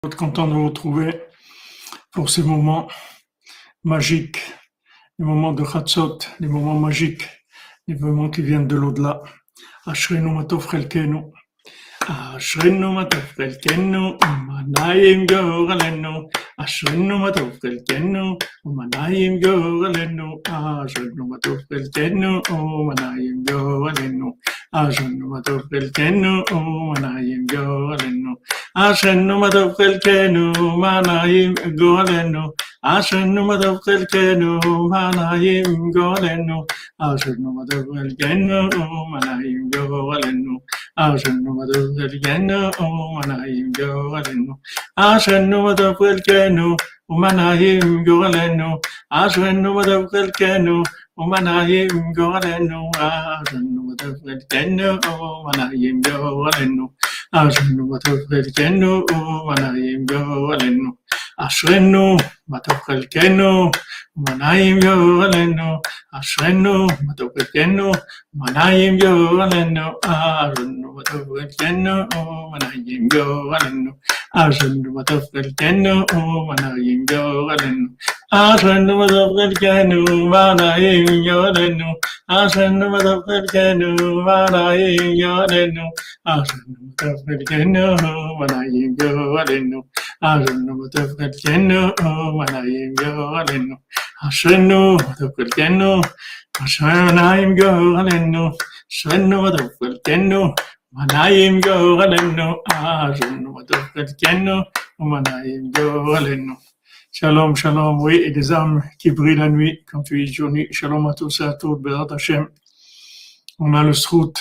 Content de vous retrouver pour ces moments magiques, les moments de Chatzot, les moments magiques, les moments qui viennent de l'au-delà. Ashrenu matov chelkenu, Ashrenu matov chelkenu, umanayim goralenu, Ashrenu matov chelkenu, umanayim goralenu, Ashrenu matov chelkenu, umanayim goralenu, Ashrenu matov chelkenu, umanayim goralenu. Ashrenu matov chelkenu, manayim golenu. Ashrenu matov chelkenu, manayim golenu. Ashrenu matov chelkenu, manayim golenu. Ashrenu matov chelkenu, manayim golenu. Ashrenu matov chelkenu, manayim golenu. Ashrenu matov chelkenu, manayim golenu. Ashrenu matov chelkenu, manayim golenu. Ashrenu matov chelkenu, manayim golenu. Ashrenu matov chelkenu, manayim golenu. Ashrenu matov chelkenu, manayim golenu. Ashrenu matov chelkenu, manayim golenu. Ashrenu matov chelkenu, manayim golenu. Ashrenu matov chelkenu, manayim golenu. Ashrenu matov chelkenu, manayim golenu. Ashrenu matov chelkenu, manayim golenu. Ashrenu matov chelkenu, manayim golenu. Ashrenu matov chelkenu, manayim golenu. Ashrenu matov chelkenu, manayim golenu. Ashrenu matov chelkenu, manayim golenu. Shalom, shalom, oui, et des âmes qui brillent la nuit, quand tu es journée. Shalom à tous et à toutes, Bezrat Hashem. On a le srout.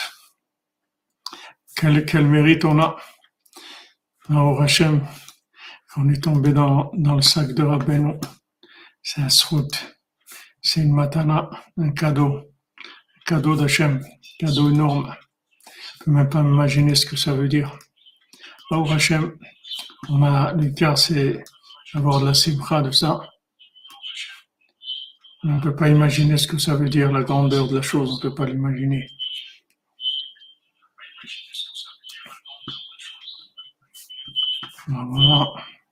Quel mérite on a. Alors Hashem, on est tombé dans le sac de Rabbeinu. C'est un srout. C'est une matana, un cadeau d'Hachem, cadeau énorme. Je ne peux même pas m'imaginer ce que ça veut dire. Alors Hachem, on a le cœur, c'est avoir de la simcha de ça. On ne peut pas imaginer ce que ça veut dire, la grandeur de la chose, on ne peut pas l'imaginer. Voilà.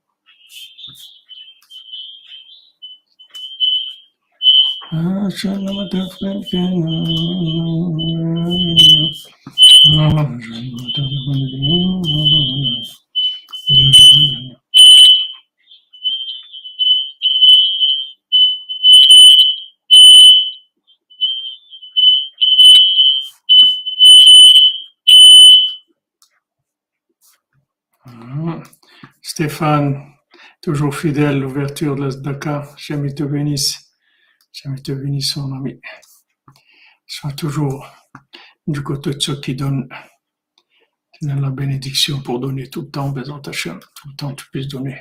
Stéphane, toujours fidèle, l'ouverture de la Zdaka. Jamais te bénisse. Jamais te bénisse, mon ami. Sois toujours du côté de ceux qui donnent. Tu donnes la bénédiction pour donner tout le temps, Bezrat Hashem. Tout le temps, tu puisses donner.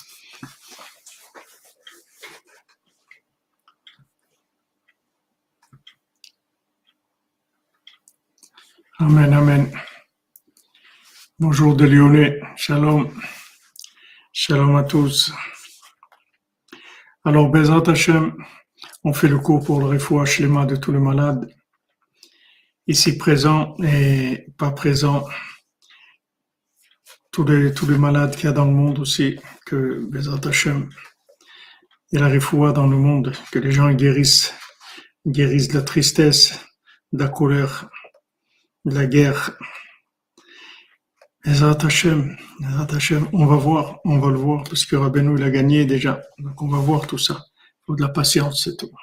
Amen, amen. Bonjour de Lyonnais. Shalom. Shalom à tous. Alors, Bezrat Hashem, on fait le cours pour le refoua shlema de tous les malades, ici présents et pas présents, tous les malades qu'il y a dans le monde aussi, que Bezrat Hashem, il y a la refoua dans le monde, que les gens guérissent de la tristesse, de la colère, de la guerre. Bezrat Hashem, on va le voir, parce que Rabbeinu il a gagné déjà, donc on va voir tout ça. Il faut de la patience, c'est tout.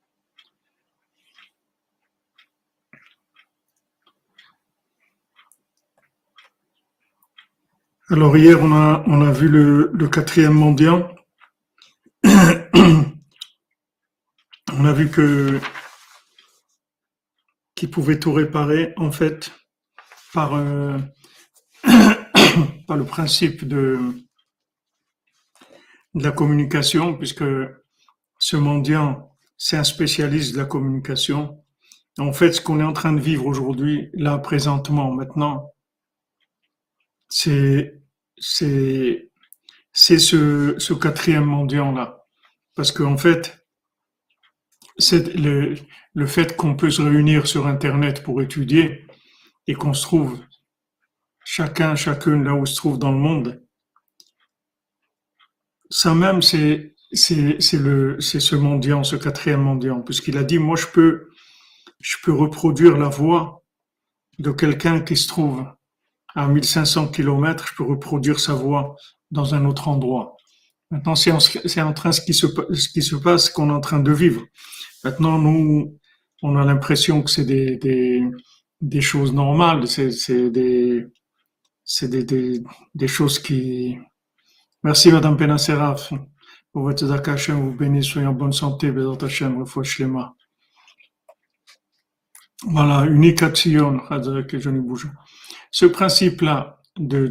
Alors hier, on a vu le quatrième mendiant. On a vu qu'il pouvait tout réparer, en fait, par le principe de la communication, puisque ce mendiant, c'est un spécialiste de la communication. En fait, ce qu'on est en train de vivre aujourd'hui, là, présentement, maintenant, c'est ce quatrième mendiant-là. Parce qu'en fait, c'est le fait qu'on peut se réunir sur Internet pour étudier et qu'on se trouve chacune là où il se trouve dans le monde, Ça même, c'est ce mendiant, ce quatrième mendiant, puisqu'il a dit, moi, je peux reproduire la voix de quelqu'un qui se trouve à 1500 kilomètres, je peux reproduire sa voix dans un autre endroit. Maintenant, c'est en train ce qui se passe, qu'on est en train de vivre. Maintenant, nous, on a l'impression que c'est des choses normales, des choses qui... Merci, Madame Benacerraf, pour votre tzedaka. Hashem vous bénisse, soyez en bonne santé, Bezat Hashem, refouach shlema. Voilà, unication, que je ne bouge. Ce principe-là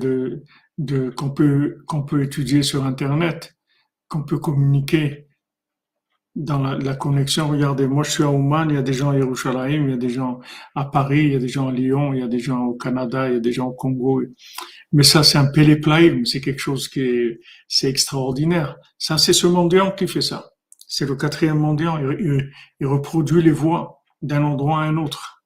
qu'on peut étudier sur Internet, qu'on peut communiquer dans la connexion. Regardez, moi je suis à Ouman, il y a des gens à Yerushalayim, il y a des gens à Paris, il y a des gens à Lyon, il y a des gens au Canada, il y a des gens au Congo. Mais ça, c'est un péléplaïm, c'est quelque chose c'est extraordinaire. Ça, c'est ce mendiant qui fait ça. C'est le quatrième mendiant. Il reproduit les voix d'un endroit à un autre.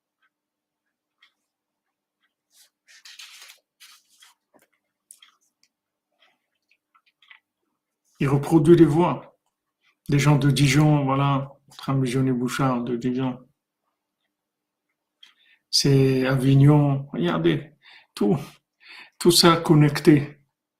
Il reproduit les voix. Des gens de Dijon, voilà, Trambijon et Bouchard de Dijon. C'est Avignon, regardez, tout ça connecté.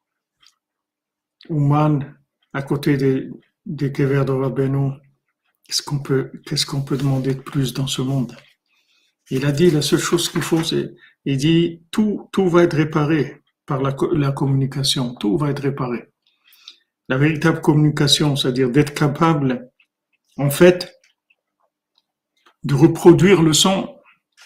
Ouman, à côté des Kever de Rabbeinu, qu'est-ce qu'on peut demander de plus dans ce monde? Il a dit, la seule chose qu'il faut, il dit, tout va être réparé par la communication, tout va être réparé. La véritable communication, c'est-à-dire d'être capable, en fait, de reproduire le son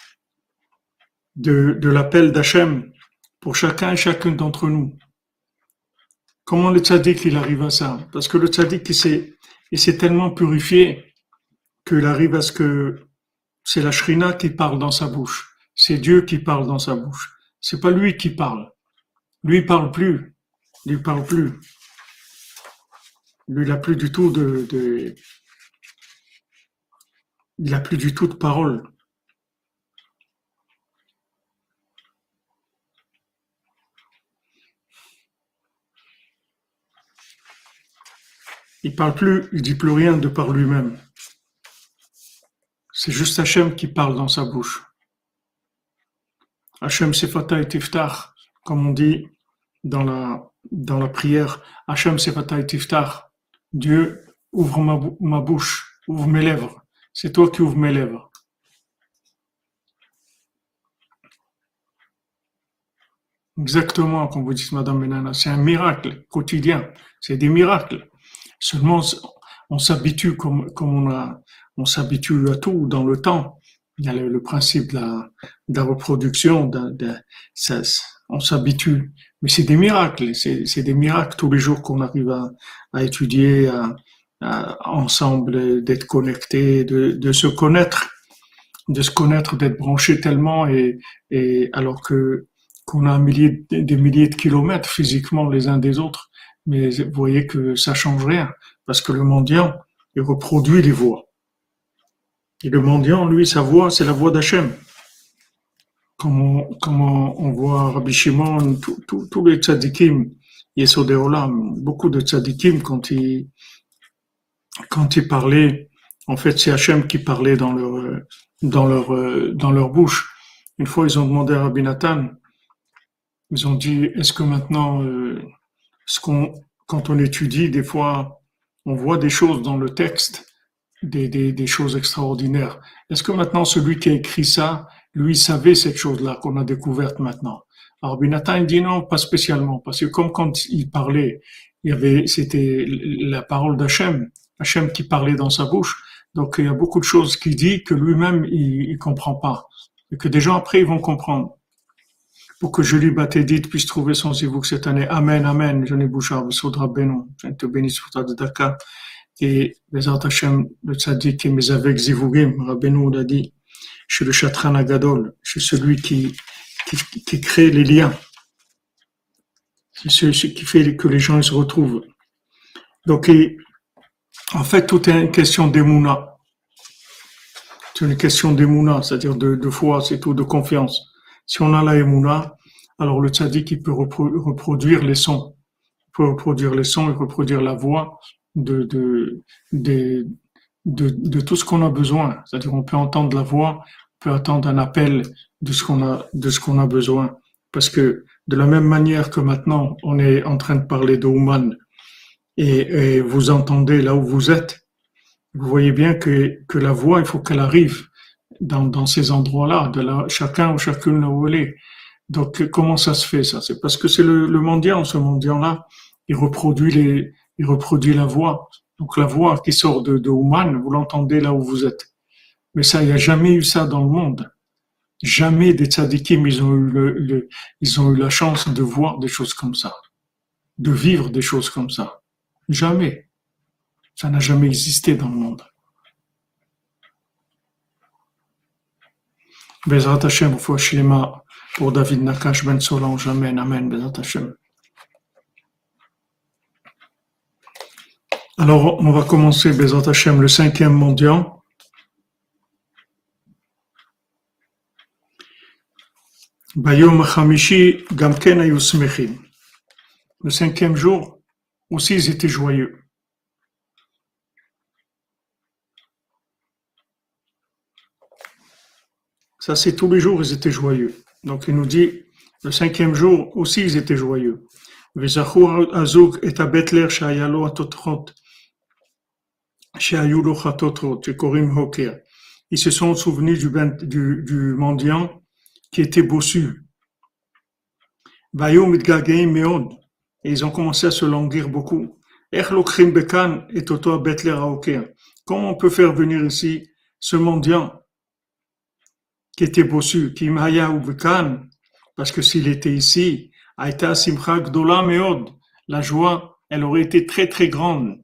de l'appel d'Hachem pour chacun et chacune d'entre nous. Comment le tzaddik il arrive à ça? Parce que le tzaddik il s'est tellement purifié qu'il arrive à ce que c'est la shrina qui parle dans sa bouche, c'est Dieu qui parle dans sa bouche. C'est pas lui qui parle. Lui il parle plus. Lui parle plus. Lui il a plus du tout il a plus du tout de parole. Il parle plus, il dit plus rien de par lui-même. C'est juste Hachem qui parle dans sa bouche. Hachem Sefata et Tiftach, comme on dit dans la prière. Hachem Sefata et Tiftach. Dieu, ouvre ma bouche, ouvre mes lèvres. C'est toi qui ouvres mes lèvres. Exactement, comme vous dites, Madame Benana, c'est un miracle quotidien. C'est des miracles. Seulement, on s'habitue on s'habitue à tout dans le temps. Il y a le principe de la reproduction, on s'habitue. Mais c'est des miracles, c'est des miracles tous les jours qu'on arrive à étudier, ensemble, d'être connectés, de se connaître, d'être branchés tellement et alors qu'on a des milliers de kilomètres physiquement les uns des autres. Mais vous voyez que ça change rien, parce que le mendiant, il reproduit les voix. Et le mendiant, lui, sa voix, c'est la voix d'Hachem. Comme on voit Rabbi Shimon, tous les tzadikim, Yesodé Olam, beaucoup de tzadikim, quand ils parlaient, en fait, c'est Hachem qui parlait dans leur bouche. Une fois, ils ont demandé à Rabbi Nathan, ils ont dit, est-ce que maintenant, quand on étudie, des fois, on voit des choses dans le texte, des choses extraordinaires. Est-ce que maintenant, celui qui a écrit ça, lui, savait cette chose-là qu'on a découverte maintenant? Alors, Binatan, il dit non, pas spécialement, parce que comme quand il parlait, c'était la parole d'Hachem, Hachem qui parlait dans sa bouche. Donc, il y a beaucoup de choses qu'il dit que lui-même, il comprend pas. Et que des gens après, ils vont comprendre. Pour que Julie Batédite puisse trouver son zivouk cette année. Amen, amen. Je n'ai Bouchard, Soudra Benon. Je te bénisse pour ta de Dakar. Et les Hachem, le tzaddik et mes avec zivugim, Rabbeinu l'a dit, je suis le Chatran Agadol, je suis celui qui crée les liens. C'est celui qui fait que les gens se retrouvent. Donc, en fait, tout est une question d'émouna. C'est une question d'émouna, c'est-à-dire de foi, c'est tout, de confiance. Si on a la émouna, alors le tzaddik, il peut reproduire les sons. Il peut reproduire les sons et reproduire la voix de, de, de, de tout ce qu'on a besoin. C'est-à-dire, on peut entendre la voix, on peut entendre un appel de ce qu'on a besoin. Parce que de la même manière que maintenant, on est en train de parler de Ouman et vous entendez là où vous êtes, vous voyez bien que la voix, il faut qu'elle arrive dans ces endroits-là, chacun ou chacune là où elle est. Donc, comment ça se fait, ça? C'est parce que c'est le mendiant, ce mendiant-là, il reproduit la voix. Donc, la voix qui sort de Ouman, vous l'entendez là où vous êtes. Mais ça, il n'y a jamais eu ça dans le monde. Jamais des tzadikim, ils ont eu la chance de voir des choses comme ça, de vivre des choses comme ça. Jamais. Ça n'a jamais existé dans le monde. Bezrat Hashem, Refoua Shlema pour David Nakash Ben Solange. Amen, amen, Bezrat Hashem. Alors, on va commencer, Bezrat Hashem, le 5e mendiant. Bayom Chamishi Gamken Ayu Smechim. Le 5e jour, aussi ils étaient joyeux. Ça, c'est tous les jours, ils étaient joyeux. Donc, il nous dit, le 5e jour, aussi, ils étaient joyeux. Vezachur azug et abetler shayalo atotrot, shayulo chatotrot, shekorim hoker. Ils se sont souvenus du mendiant qui était bossu. Vayom mitgageim meod. Et ils ont commencé à se languir beaucoup. Ech lokrim bekan et toto abetler hoker. Comment on peut faire venir ici ce mendiant qui était bossu, qui maya ou bekan, parce que s'il était ici, aïta simcha gdola meod, la joie, elle aurait été très très grande.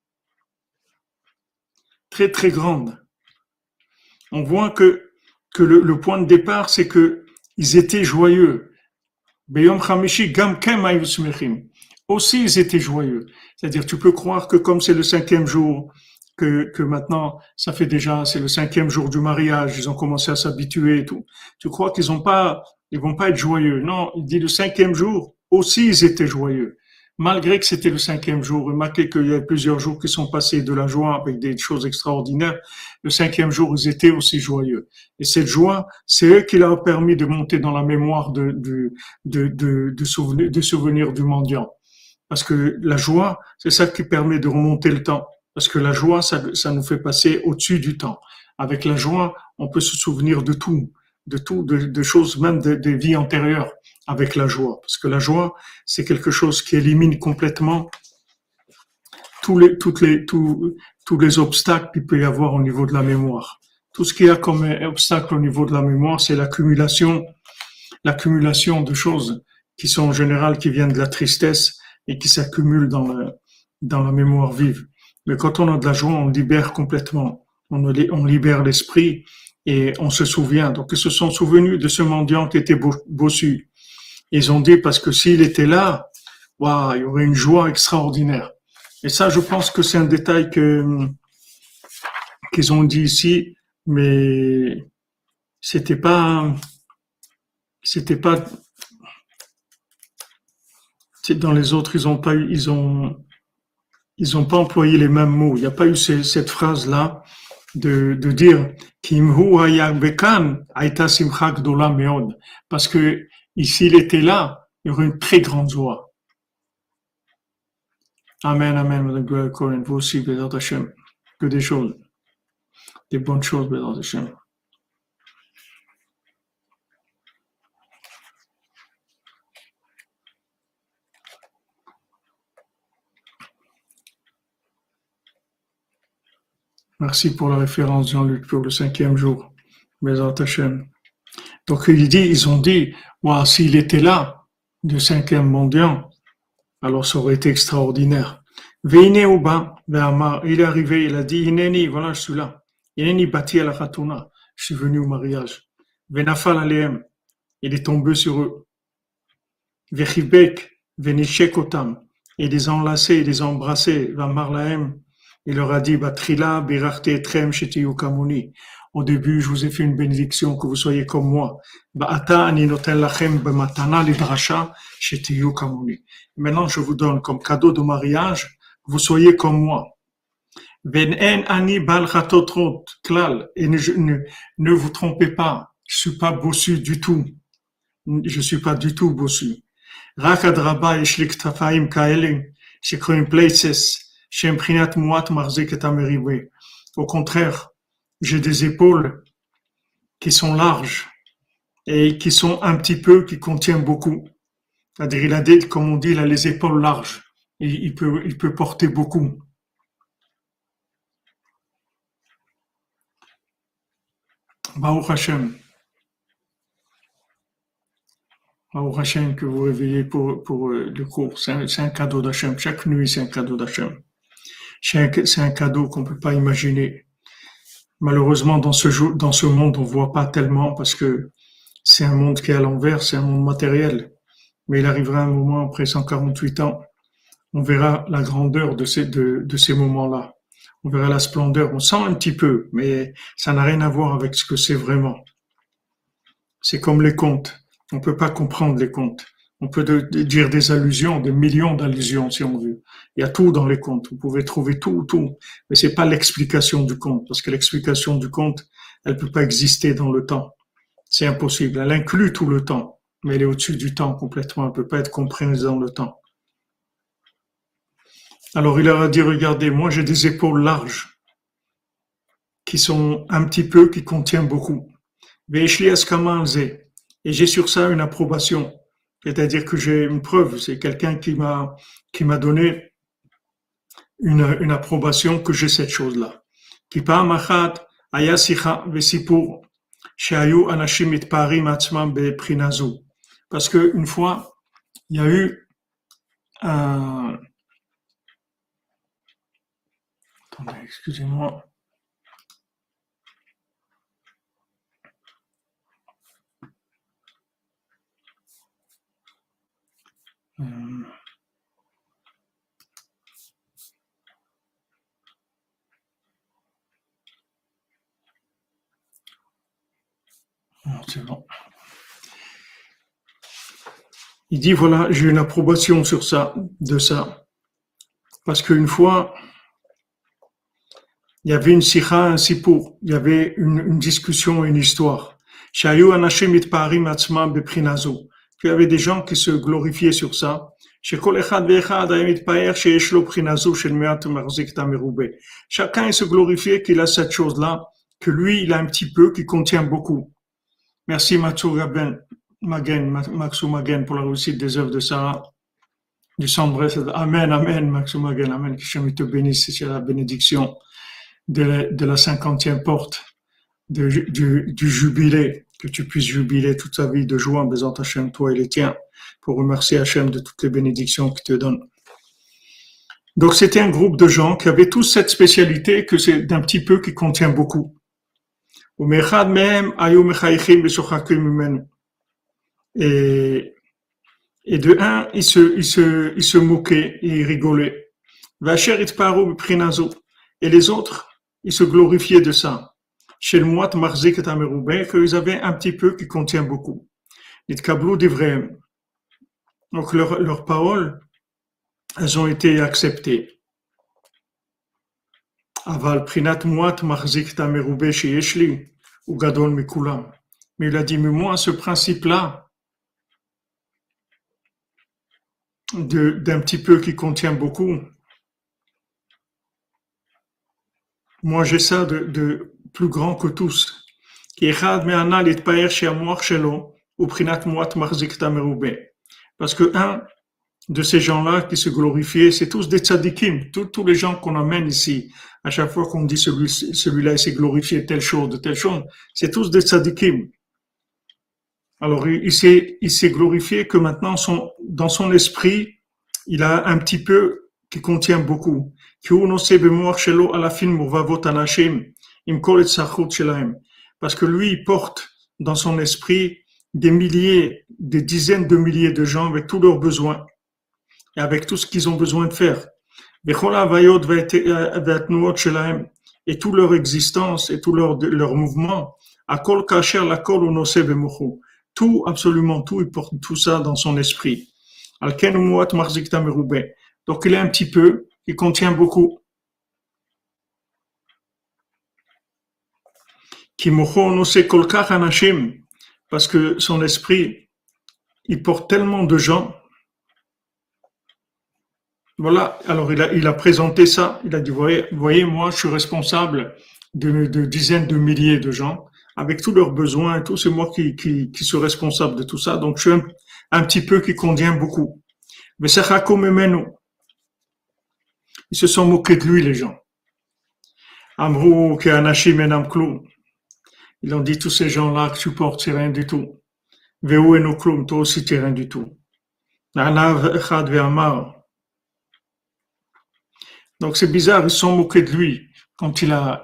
Très très grande. On voit que le point de départ, c'est que ils étaient joyeux. Beyom chamishi gam kem ayu smechim. Aussi, ils étaient joyeux. C'est-à-dire, tu peux croire que comme c'est le 5e jour, que maintenant, ça fait déjà, c'est le 5e jour du mariage, ils ont commencé à s'habituer et tout. Tu crois qu'ils vont pas être joyeux. Non, il dit le 5e jour, aussi ils étaient joyeux. Malgré que c'était le 5e jour, remarquez qu'il y a plusieurs jours qui sont passés de la joie avec des choses extraordinaires. Le 5e jour, ils étaient aussi joyeux. Et cette joie, c'est eux qui leur a permis de monter dans la mémoire de souvenirs du mendiant. Parce que la joie, c'est ça qui permet de remonter le temps. Parce que la joie, ça nous fait passer au-dessus du temps. Avec la joie, on peut se souvenir de tout, de choses même des vies antérieures avec la joie. Parce que la joie, c'est quelque chose qui élimine complètement tous les obstacles qu'il peut y avoir au niveau de la mémoire. Tout ce qu'il y a comme obstacle au niveau de la mémoire, c'est l'accumulation de choses qui sont en général, qui viennent de la tristesse et qui s'accumulent dans la mémoire vive. Mais quand on a de la joie, on libère complètement. On libère l'esprit et on se souvient. Donc, ils se sont souvenus de ce mendiant qui était bossu. Ils ont dit, parce que s'il était là, waouh, il y aurait une joie extraordinaire. Et ça, je pense que c'est un détail qu'ils ont dit ici, mais c'était pas, dans les autres, ils ont pas employé les mêmes mots. Il n'y a pas eu cette phrase-là de dire Kimhu bekan aita simcha gdola meod, parce que s'il était là, il y aurait une très grande joie. Amen, amen, Madame Corinne. Vous aussi, Bézat Hashem. Que des choses, des bonnes choses, Bézat Hashem. Merci pour la référence, Jean-Luc, pour le 5e jour. Bézat Hashem. Donc, ils ont dit, wow, s'il était là, le 5e mendiant, alors ça aurait été extraordinaire. Veine Uba, il est arrivé, il a dit, Ineni, voilà, je suis là. Ineni bati al khatuna, je suis venu au mariage. Venafal aleem, il est tombé sur eux. Vechibek, venishek otam, il les a enlacés, il les a embrassés. Vamar laem, il leur a dit, Batrila, birachte etrem, shetiyu kamuni. au début, je vous ai fait une bénédiction que vous soyez comme moi. Maintenant, je vous donne comme cadeau de mariage, que vous soyez comme moi. Et ne vous trompez pas, je suis pas bossu du tout. Je suis pas du tout bossu. Au contraire, j'ai des épaules qui sont larges et qui sont un petit peu, qui contiennent beaucoup. C'est-à-dire, comme on dit, il a les épaules larges. Et il peut porter beaucoup. Baruch Hashem. Baruch Hashem que vous réveillez pour le cours. C'est un cadeau d'Hachem. Chaque nuit, c'est un cadeau d'Hachem. C'est un cadeau qu'on peut pas imaginer. Malheureusement, dans ce monde, on voit pas tellement parce que c'est un monde qui est à l'envers, c'est un monde matériel. Mais il arrivera un moment, après 148 ans, on verra la grandeur de ces moments-là. On verra la splendeur. On sent un petit peu, mais ça n'a rien à voir avec ce que c'est vraiment. C'est comme les contes. On peut pas comprendre les contes. On peut dire des allusions, des millions d'allusions si on veut. Il y a tout dans les contes. Vous pouvez trouver tout. Mais c'est pas l'explication du conte, parce que l'explication du conte, elle peut pas exister dans le temps. C'est impossible. Elle inclut tout le temps, mais elle est au-dessus du temps complètement. Elle peut pas être comprise dans le temps. Alors il leur a dit, regardez, moi j'ai des épaules larges, qui sont un petit peu, qui contiennent beaucoup. Et j'ai sur ça une approbation. C'est-à-dire que j'ai une preuve. C'est quelqu'un qui m'a donné une approbation que j'ai cette chose-là. Parce qu'une fois, il y a eu un... Attendez, excusez-moi. C'est bon. Il dit, voilà, j'ai une approbation sur ça, de ça. Parce qu'une fois, il y avait une sikha, un sipour, il y avait une discussion, une histoire. Il y avait des gens qui se glorifiaient sur ça. Chacun il se glorifiait qu'il a cette chose-là, que lui, il a un petit peu, qui contient beaucoup. Merci Maxou Magen pour la réussite des œuvres de Sarah. Du sang Amen, Maxou Magen, Amen. Que Dieu te bénisse, c'est la bénédiction de la 50e porte du jubilé, que tu puisses jubiler toute ta vie de joie en Bézant Hachem, toi et les tiens, pour remercier Hachem de toutes les bénédictions qu'il te donne. Donc c'était un groupe de gens qui avaient tous cette spécialité que c'est d'un petit peu qui contient beaucoup. Et de un, ils se moquaient et ils rigolaient. Et les autres, ils se glorifiaient de ça. Chez le moite marzik et ameroubé, qu'ils avaient un petit peu qui contient beaucoup. Donc leurs paroles, elles ont été acceptées. Aval prinat moite marzik et ameroubé chez Yeshli ou gadol mikulam. Mais il a dit, mais moi, ce principe-là, d'un petit peu qui contient beaucoup, moi j'ai ça de plus grand que tous. Parce que un de ces gens-là qui se glorifiaient, c'est tous des tzadikim, tous les gens qu'on amène ici. À chaque fois qu'on dit celui-là il s'est glorifié de telle chose, c'est tous des tzadikim. Alors il s'est glorifié que maintenant dans son esprit, il a un petit peu qui contient beaucoup. Parce que lui, il porte dans son esprit des dizaines de milliers de gens avec tous leurs besoins et avec tout ce qu'ils ont besoin de faire. et toute leur existence et tout leur mouvement, à kol kacher la kol unose bemuchu. Tout, absolument tout, il porte tout ça dans son esprit. Alken umuat marzikta merube. Donc il est un petit peu, il contient beaucoup. Ki mocho unose kol kach anashim. Parce que son esprit, il porte tellement de gens. Voilà, alors il a présenté ça, il a dit, voyez, moi je suis responsable de dizaines de milliers de gens, avec tous leurs besoins et tout, c'est moi qui suis responsable de tout ça, donc je suis un petit peu qui contient beaucoup. Mais ça ils se sont moqués de lui les gens. Amrou ke anashim enam klum. Ils ont dit tous ces gens-là que tu portes, c'est rien du tout. Veu eno klum, toi aussi c'est rien du tout. Na'anav echad ve'amar. Donc c'est bizarre, ils se sont moqués de lui quand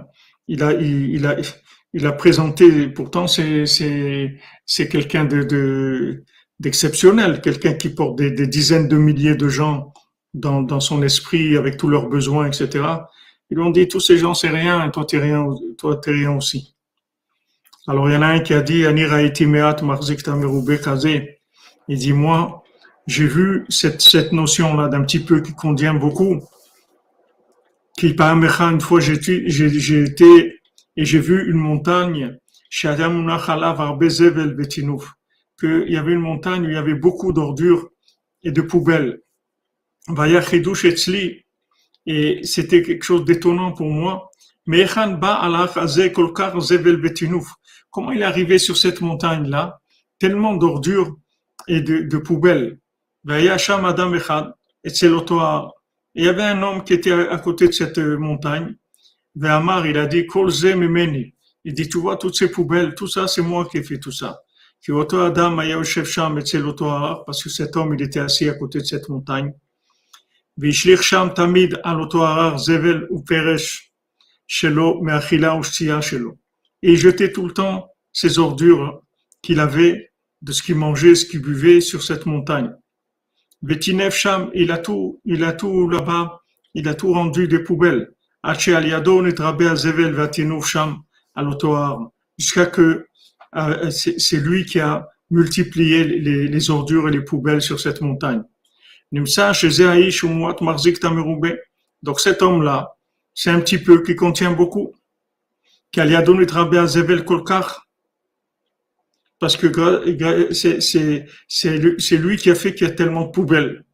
il a présenté. Pourtant c'est quelqu'un d'exceptionnel, quelqu'un qui porte des dizaines de milliers de gens dans son esprit avec tous leurs besoins, etc. Ils lui ont dit tous ces gens c'est rien, et toi t'es rien aussi. Alors il y en a un qui a dit Ani raiti meat marzik tamerube kazé. Il dit moi j'ai vu cette notion là d'un petit peu qui contient beaucoup. Une fois j'ai été et j'ai vu une montagne, qu'il y avait une montagne où il y avait beaucoup d'ordures et de poubelles. Et c'était quelque chose d'étonnant pour moi. Comment il est arrivé sur cette montagne-là? Tellement d'ordures et de poubelles. Il y avait un homme qui était à côté de cette montagne. Ve'amar, il a dit, Kol ze memeni. Il dit, tu vois, toutes ces poubelles, tout ça, c'est moi qui ai fait tout ça. Parce que cet homme, il était assis à côté de cette montagne. Ve'ishlich sham tamid al oto harar zevel uperesh shelo me'achila ushtia shelo. Et il jetait tout le temps ces ordures qu'il avait de ce qu'il mangeait, ce qu'il buvait sur cette montagne. Betinef Sham, il a tout là-bas, il a tout rendu des poubelles. Jusqu'à que c'est lui qui a multiplié les ordures et les poubelles sur cette montagne. Donc cet homme-là, c'est un petit peu qui contient beaucoup. Parce que c'est lui qui a fait qu'il y a tellement de poubelles.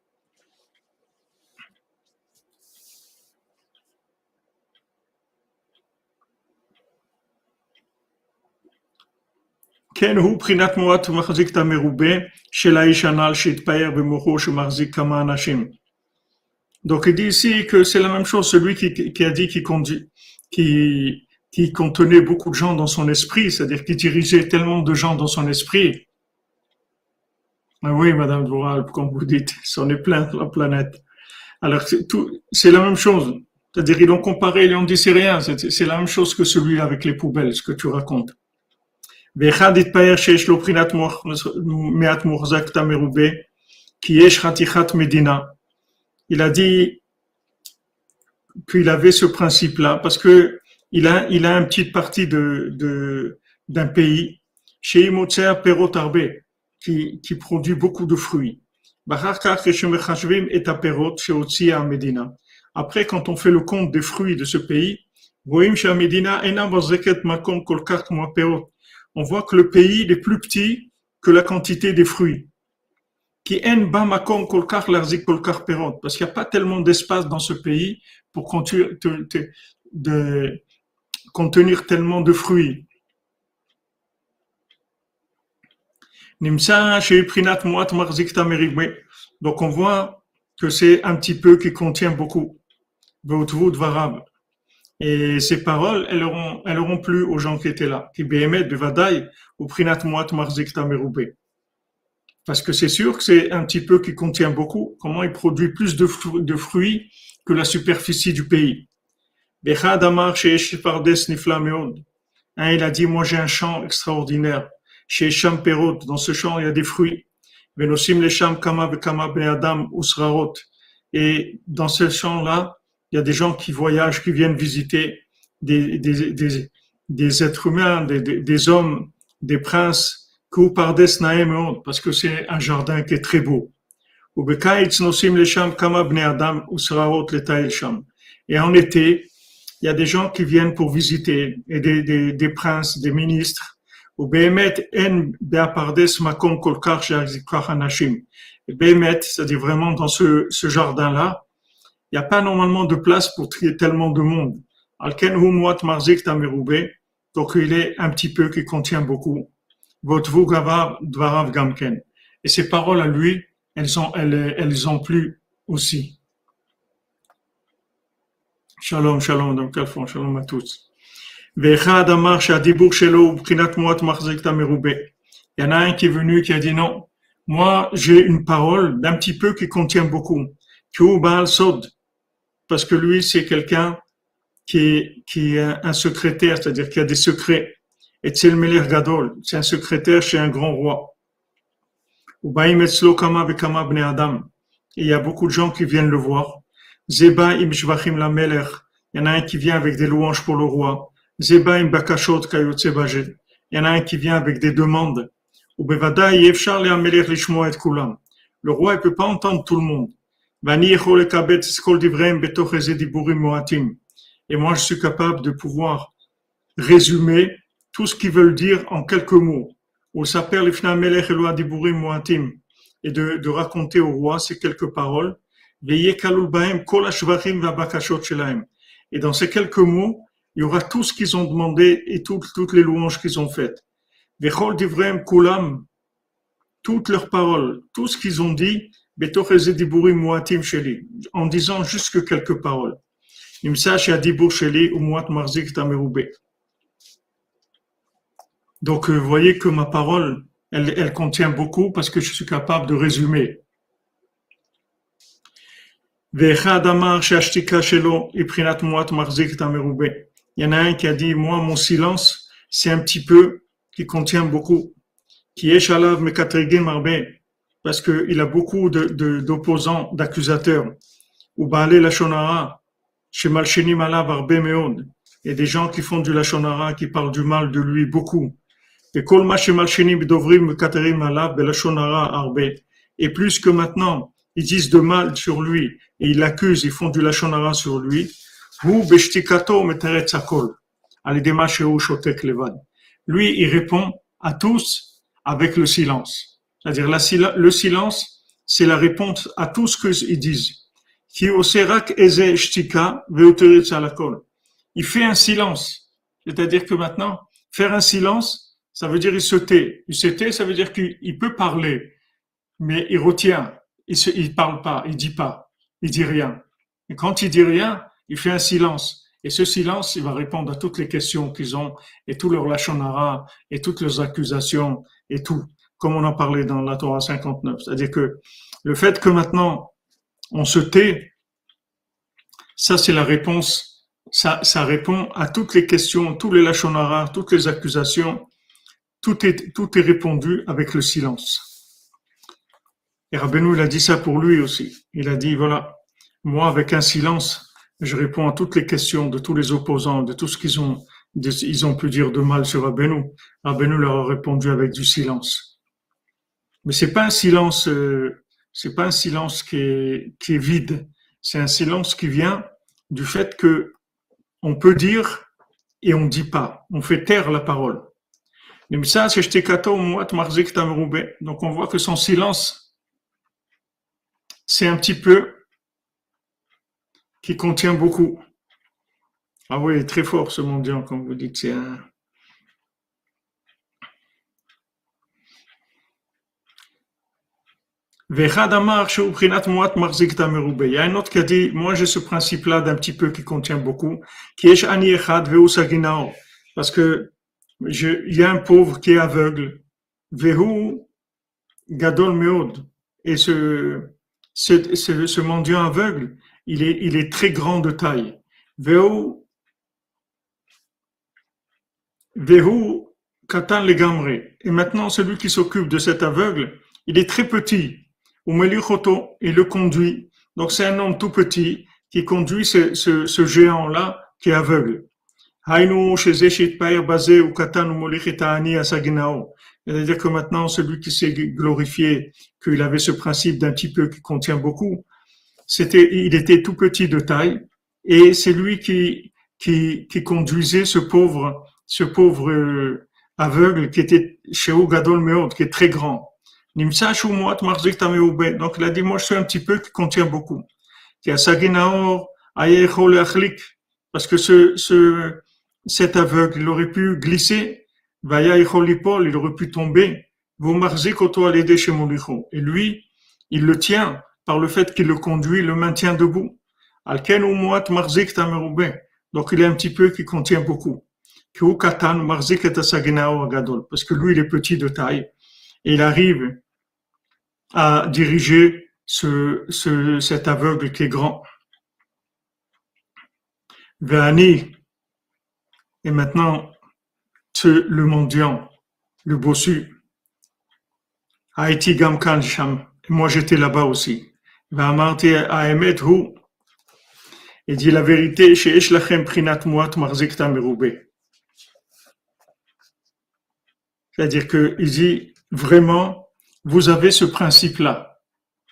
Donc il dit ici que c'est la même chose, celui qui a dit qui contenait beaucoup de gens dans son esprit, c'est-à-dire qui dirigeait tellement de gens dans son esprit. Ah oui, Madame Dvoral, comme vous dites, c'en est plein la planète. Alors c'est la même chose. C'est-à-dire ils l'ont comparé, ils ont dit c'est rien, c'est la même chose que celui avec les poubelles, ce que tu racontes. ואחד התפאר שיש לו בחינת מעט מוחזק מרובה, כי יש חתיכת מדינה. Il a dit qu'il avait ce principe-là, parce que il a une petite partie d'un pays, chez Imotsea Perot Arbe, qui produit beaucoup de fruits. Après, quand on fait le compte des fruits de ce pays, on voit que le pays est plus petit que la quantité des fruits. Parce qu'il n'y a pas tellement d'espace dans ce pays pour contenir tellement de fruits. Donc on voit que c'est un petit peu qui contient beaucoup. Et ces paroles, elles auront plu aux gens qui étaient là. Parce que c'est sûr que c'est un petit peu qui contient beaucoup. Comment il produit plus de fruits que la superficie du pays. Il a dit, moi j'ai un champ extraordinaire. Chez Champerot, dans ce champ, il y a des fruits. Et dans ce champ-là, il y a des gens qui voyagent, qui viennent visiter. des, des, des, des êtres humains, des hommes, des princes, parce que c'est un jardin qui est très beau. Et en été, il y a des gens qui viennent pour visiter, et des princes, des ministres. Et Bémet, c'est-à-dire vraiment dans ce jardin-là, il n'y a pas normalement de place pour trier tellement de monde. Donc il est un petit peu qui contient beaucoup. Et ces paroles à lui, elles ont plu aussi. Shalom, shalom, donc shalom à tous. Il y en a un qui est venu qui a dit non, moi j'ai une parole d'un petit peu qui contient beaucoup. Parce que lui c'est quelqu'un qui est un secrétaire, c'est-à-dire qui a des secrets. Et c'est le Melech Gadol, c'est un secrétaire chez un grand roi. Et il y a beaucoup de gens qui viennent le voir. Zeba im shvachim la melech. Il y en a un qui vient avec des louanges pour le roi. Zeba im bakashot kayotse bajet. Il y en a un qui vient avec des demandes. Ubevadai yefshar le melech lishmoa et kulam. Le roi ne peut pas entendre tout le monde. Vani echol ekabet skol divreim betoch eze diburim moatim. Et moi, je suis capable de pouvoir résumer tout ce qu'ils veulent dire en quelques mots. Ou s'appelle l'ifna melech eloa diburim moatim. Et de raconter au roi ces quelques paroles. Et dans ces quelques mots, il y aura tout ce qu'ils ont demandé et toutes les louanges qu'ils ont faites. Toutes leurs paroles, tout ce qu'ils ont dit, en disant juste que quelques paroles. Donc, vous voyez que ma parole, elle contient beaucoup parce que je suis capable de résumer. Il y en a un qui a dit, moi, mon silence, c'est un petit peu qui contient beaucoup. Parce qu'il a beaucoup d'opposants, d'accusateurs. Et des gens qui font du lachonara, qui parlent du mal de lui beaucoup. Et plus que maintenant, ils disent de mal sur lui, et ils l'accusent, ils font du lachonara sur lui. Lui, il répond à tous avec le silence. C'est-à-dire, le silence, c'est la réponse à tout ce qu'ils disent. Il fait un silence. C'est-à-dire que maintenant, faire un silence, ça veut dire il se tait. Il se tait, ça veut dire qu'il peut parler, mais il retient. Il parle pas, il dit pas, il dit rien. Et quand il dit rien, il fait un silence. Et ce silence, il va répondre à toutes les questions qu'ils ont, et tout leur lachonara, et toutes leurs accusations, et tout, comme on en parlait dans la Torah 59. C'est-à-dire que le fait que maintenant, on se tait, ça c'est la réponse, ça répond à toutes les questions, tous les lachonara, toutes les accusations, tout est répondu avec le silence. Et Rabbeinu, il a dit ça pour lui aussi. Il a dit, voilà, moi, avec un silence, je réponds à toutes les questions de tous les opposants, de tout ce qu'ils ont pu dire de mal sur Rabbeinu. Rabbeinu leur a répondu avec du silence. Mais c'est pas un silence qui est vide. C'est un silence qui vient du fait que on peut dire et on dit pas. On fait taire la parole. Donc on voit que son silence, c'est un petit peu qui contient beaucoup. Ah oui, très fort ce mendiant, comme vous dites. C'est un... Il y a un autre qui a dit, moi j'ai ce principe-là d'un petit peu qui contient beaucoup, parce que il y a un pauvre qui est aveugle, gadol meod, et ce mendiant aveugle, il est très grand de taille. Vehu katan legamre. Et maintenant, celui qui s'occupe de cet aveugle, il est très petit. Umelichoto, il le conduit. Donc c'est un homme tout petit qui conduit ce géant-là qui est aveugle. Haïnou, chez Zéchit Paer Bazé ou Katan ou Molichetaani à Saginao. C'est-à-dire que maintenant, celui qui s'est glorifié, qu'il avait ce principe d'un petit peu qui contient beaucoup, il était tout petit de taille, et c'est lui qui conduisait ce pauvre aveugle qui était chez Gadol Meod, qui est très grand. Nimsa Shumot Marzik Tameoube. Donc il a dit, moi je suis un petit peu qui contient beaucoup. Qui a Saginaor, Ayechol Achlik, parce que cet aveugle, il aurait pu glisser, Vayechol Ipol, il aurait pu tomber, Vous Marzik Oto Alede chez Molicho. Et lui, il le tient par le fait qu'il le conduit, le maintient debout. Alken Umuat Marzik Tameroube. Donc il est un petit peu qui contient beaucoup. Parce que lui, il est petit de taille et il arrive à diriger cet aveugle qui est grand. Ve'ani, et maintenant, le mendiant, le bossu, Haïti Gamkan Sham, moi j'étais là-bas aussi. Ve'amarti Aemet Hu, il dit la vérité, chez Eshlachem Prinat Muat Marzik Tameroube. C'est-à-dire qu'il dit, vraiment, vous avez ce principe-là.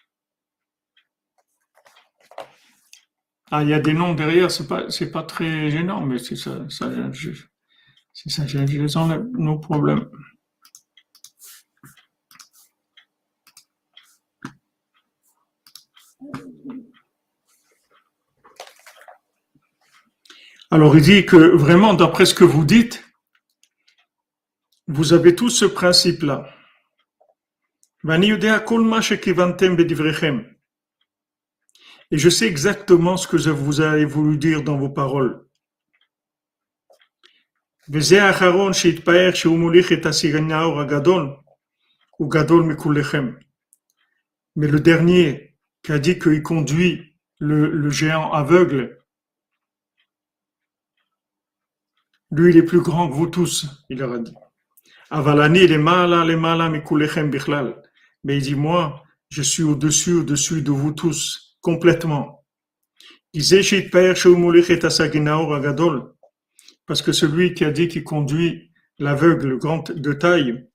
Ah, il y a des noms derrière, c'est pas très gênant, mais c'est ça je enlève nos problèmes. Alors, il dit que vraiment, d'après ce que vous dites, vous avez tous ce principe-là. Et je sais exactement ce que vous avez voulu dire dans vos paroles. Mais le dernier qui a dit qu'il conduit le géant aveugle, lui il est plus grand que vous tous, il leur a dit. Avalani les mala mikulechem bichlal. Mais il dit, moi, je suis au-dessus de vous tous, complètement. Parce que celui qui a dit qu'il conduit l'aveugle grand de taille,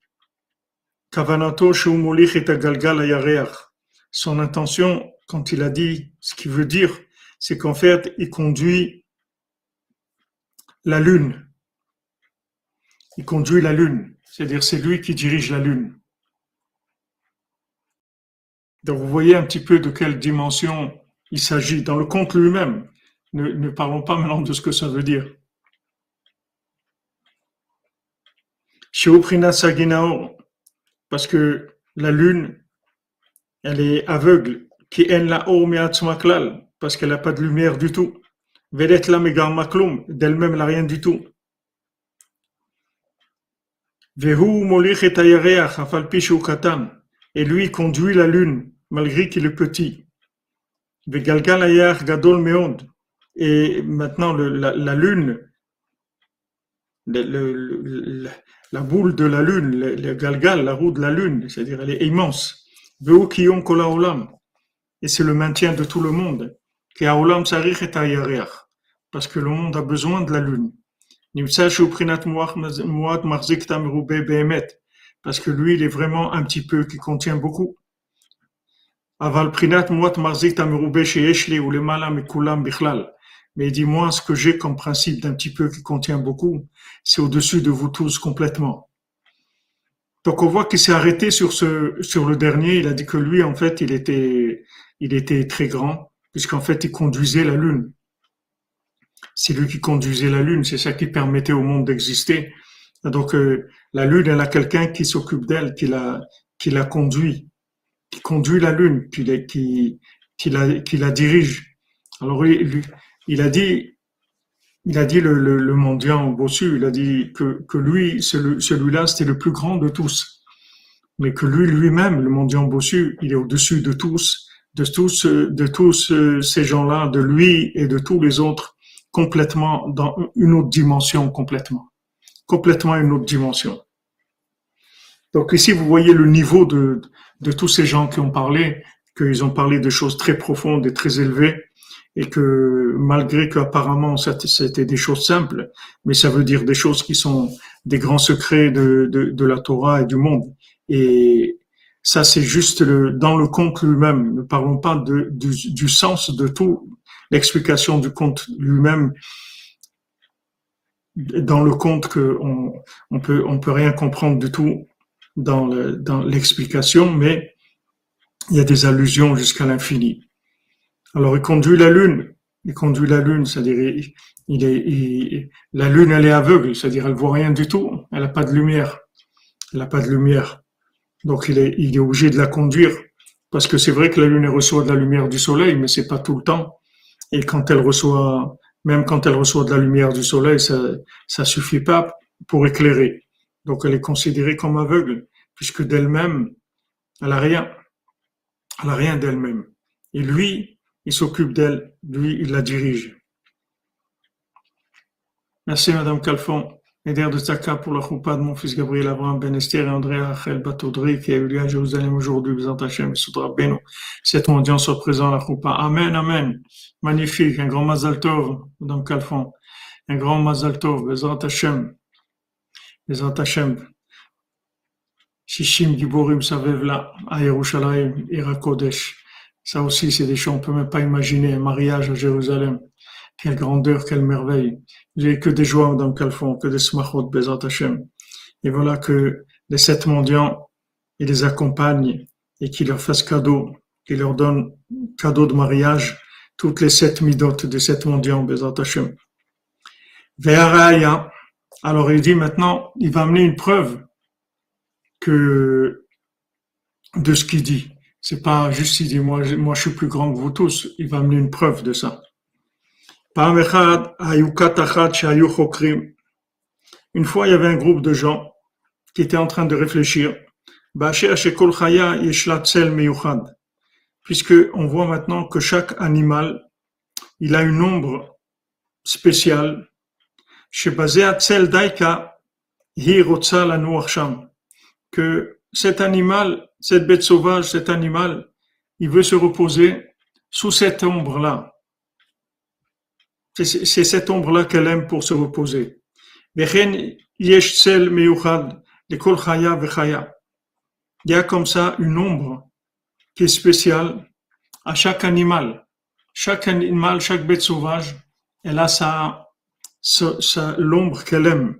son intention, quand il a dit ce qu'il veut dire, c'est qu'en fait, il conduit la lune. Il conduit la lune. C'est-à-dire, c'est lui qui dirige la lune. Donc, vous voyez un petit peu de quelle dimension il s'agit dans le conte lui-même. Ne parlons pas maintenant de ce que ça veut dire. Sheoprina Saginao, parce que la lune, elle est aveugle, qui en la maklal, parce qu'elle n'a pas de lumière du tout. Vedet la megar maklum, d'elle-même, elle n'a rien du tout. Vehu molich et ayareach, afal pishu katan, et lui conduit la lune, malgré qu'il est petit. Vegalgal ayach gadol meod, et maintenant la lune, la boule de la lune, le galgal, la roue de la lune, c'est-à-dire elle est immense. Vehu kiyom kol haolam, et c'est le maintien de tout le monde. Ki haolam sarich et ayareach, parce que le monde a besoin de la lune. Parce que lui, il est vraiment un petit peu qui contient beaucoup. Mais dis-moi, ce que j'ai comme principe d'un petit peu qui contient beaucoup, c'est au-dessus de vous tous complètement. Donc on voit qu'il s'est arrêté sur le dernier. Il a dit que lui, en fait, il était très grand, puisqu'en fait, il conduisait la lune. C'est lui qui conduisait la lune, c'est ça qui permettait au monde d'exister. Donc la lune, elle a quelqu'un qui s'occupe d'elle, qui la conduit, qui conduit la lune, qui la dirige. Alors il a dit le mendiant bossu, il a dit que lui, celui-là, c'était le plus grand de tous, mais que lui-même, le mendiant bossu, il est au-dessus de tous ces gens-là, de lui et de tous les autres, complètement dans une autre dimension, complètement une autre dimension. Donc ici, vous voyez le niveau de tous ces gens qui ont parlé, qu'ils ont parlé de choses très profondes et très élevées, et que malgré qu'apparemment c'était des choses simples, mais ça veut dire des choses qui sont des grands secrets de la Torah et du monde. Et ça, c'est juste dans le conte lui-même. Ne parlons pas du sens de tout, l'explication du conte lui-même, dans le conte que on peut rien comprendre du tout dans l'explication, mais il y a des allusions jusqu'à l'infini. Alors, il conduit la lune, c'est-à-dire, la lune, elle est aveugle, c'est-à-dire, elle voit rien du tout, elle n'a pas de lumière, elle n'a pas de lumière. Donc, il est obligé de la conduire, parce que c'est vrai que la lune, elle reçoit de la lumière du soleil, mais c'est pas tout le temps. Et même quand elle reçoit de la lumière du soleil, ça suffit pas pour éclairer. Donc, elle est considérée comme aveugle, puisque d'elle-même, elle a rien. Elle a rien d'elle-même. Et lui, il s'occupe d'elle. Lui, il la dirige. Merci, Madame Calfon. Eder de Taka pour la choupa de mon fils Gabriel Abraham Ben Esther et André Rachel Batoudri qui a eu lieu à Jérusalem aujourd'hui, Bézant Hachem et Soudra Beno. Cette audience soit présent à la choupa. Amen, amen. Magnifique. Un grand Mazal Tov, Madame Calfon. Un grand Mazal Tov, Bézant Hachem. Bézant Hachem. Shishim Giborim Savevla, à Yerushalayim, Ira Kodesh. Ça aussi, c'est des choses, on peut même pas imaginer un mariage à Jérusalem. Quelle grandeur, quelle merveille. J'ai que des joies dans Calfon, que des smachot, Bezat Hashem. Et voilà que les 7 mendiants, ils les accompagnent et qu'ils leur fassent cadeau, qu'ils leur donnent cadeau de mariage, toutes les 7 midot des 7 mendiants, Bezat Hashem. Ve'araya. Alors il dit maintenant, il va amener une preuve que de ce qu'il dit. C'est pas juste il dit moi je suis plus grand que vous tous, il va amener une preuve de ça. Une fois, il y avait un groupe de gens qui étaient en train de réfléchir. Puisque on voit maintenant que chaque animal, il a une ombre spéciale. Que cet animal, cette bête sauvage, cet animal, il veut se reposer sous cette ombre-là. C'est cette ombre-là qu'elle aime pour se reposer. Il y a comme ça une ombre qui est spéciale à chaque animal. Chaque animal, chaque bête sauvage, elle a l'ombre qu'elle aime.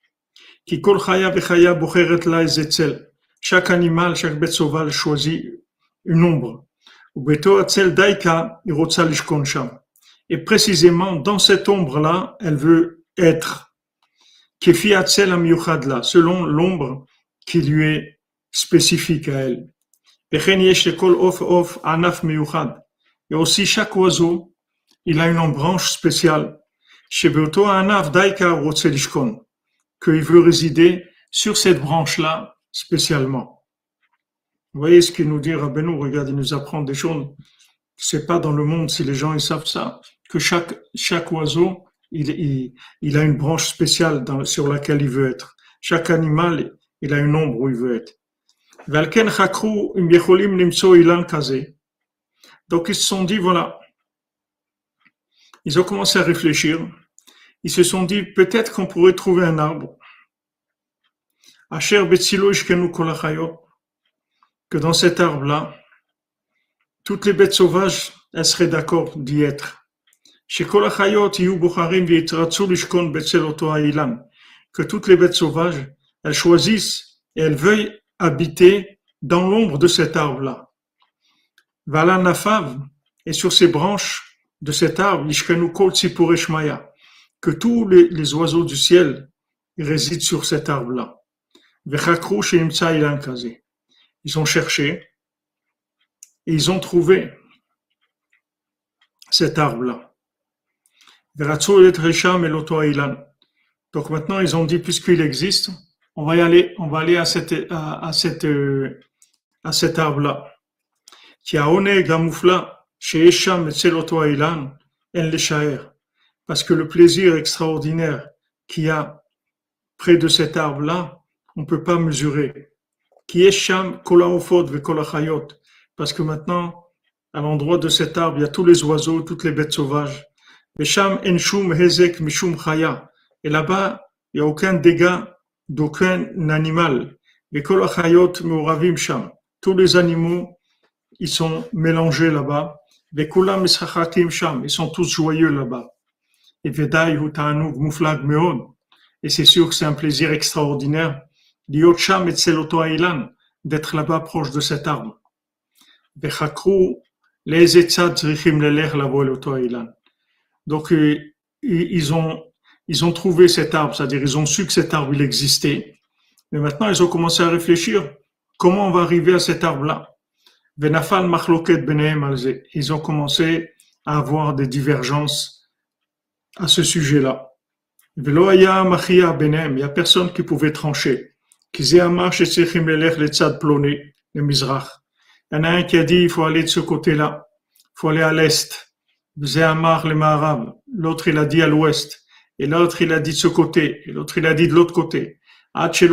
Chaque animal, chaque bête sauvage choisit une ombre. Et précisément, dans cette ombre-là, elle veut être. Selon l'ombre qui lui est spécifique à elle. Et aussi, chaque oiseau, il a une branche spéciale. Qu'il veut résider sur cette branche-là spécialement. Vous voyez ce qu'il nous dit Rabbeinu, regarde, il nous apprend des choses. C'est pas dans le monde si les gens ils savent ça, que chaque oiseau, il a une branche spéciale sur laquelle il veut être. Chaque animal, il a une ombre où il veut être. Donc ils se sont dit, voilà, ils ont commencé à réfléchir. Ils se sont dit, peut-être qu'on pourrait trouver un arbre. Que dans cet arbre-là, toutes les bêtes sauvages, elles seraient d'accord d'y être. Que toutes les bêtes sauvages, elles choisissent et elles veuillent habiter dans l'ombre de cet arbre-là. Vala nafav, et sur ces branches de cet arbre, que tous les oiseaux du ciel résident sur cet arbre-là. Ils ont cherché et ils ont trouvé cet arbre-là. Donc maintenant, ils ont dit, puisqu'il existe, on va aller à cet arbre-là. Parce que le plaisir extraordinaire qu'il y a près de cet arbre-là, on ne peut pas mesurer. Parce que maintenant, À l'endroit de cet arbre, il y a tous les oiseaux, toutes les bêtes sauvages. Vesham en shum hezek mishum chaya. Et là-bas, il n'y a aucun dégât d'aucun animal. Vekol achayot meoravim sham. Tous les animaux, ils sont mélangés là-bas. Vekulam mischachakim sham. Ils sont tous joyeux là-bas. Et Vedaï hu ta'anug muflag meod. Et c'est sûr que c'est un plaisir extraordinaire. Liot sham etzel oto ha'ilan. D'être là-bas proche de cet arbre. Vechakru les etzad tzrichim lelech lavo el oto ha'ilan. Donc, ils ont trouvé cet arbre, c'est-à-dire ils ont su que cet arbre il existait. Mais maintenant, ils ont commencé à réfléchir comment on va arriver à cet arbre-là. Venafal machloket benehem alze. Ils ont commencé à avoir des divergences à ce sujet-là. Velo haya machia benehem. Il n'y a personne qui pouvait trancher. Kizé amar shetzrichim lelech letzad ploné, le mizrach. Il y en a un qui a dit il faut aller de ce côté-là, il faut aller à l'est. Zéhamar le Maharab. L'autre il a dit à l'ouest. Et l'autre il a dit de ce côté. Et l'autre il a dit de l'autre côté. C'est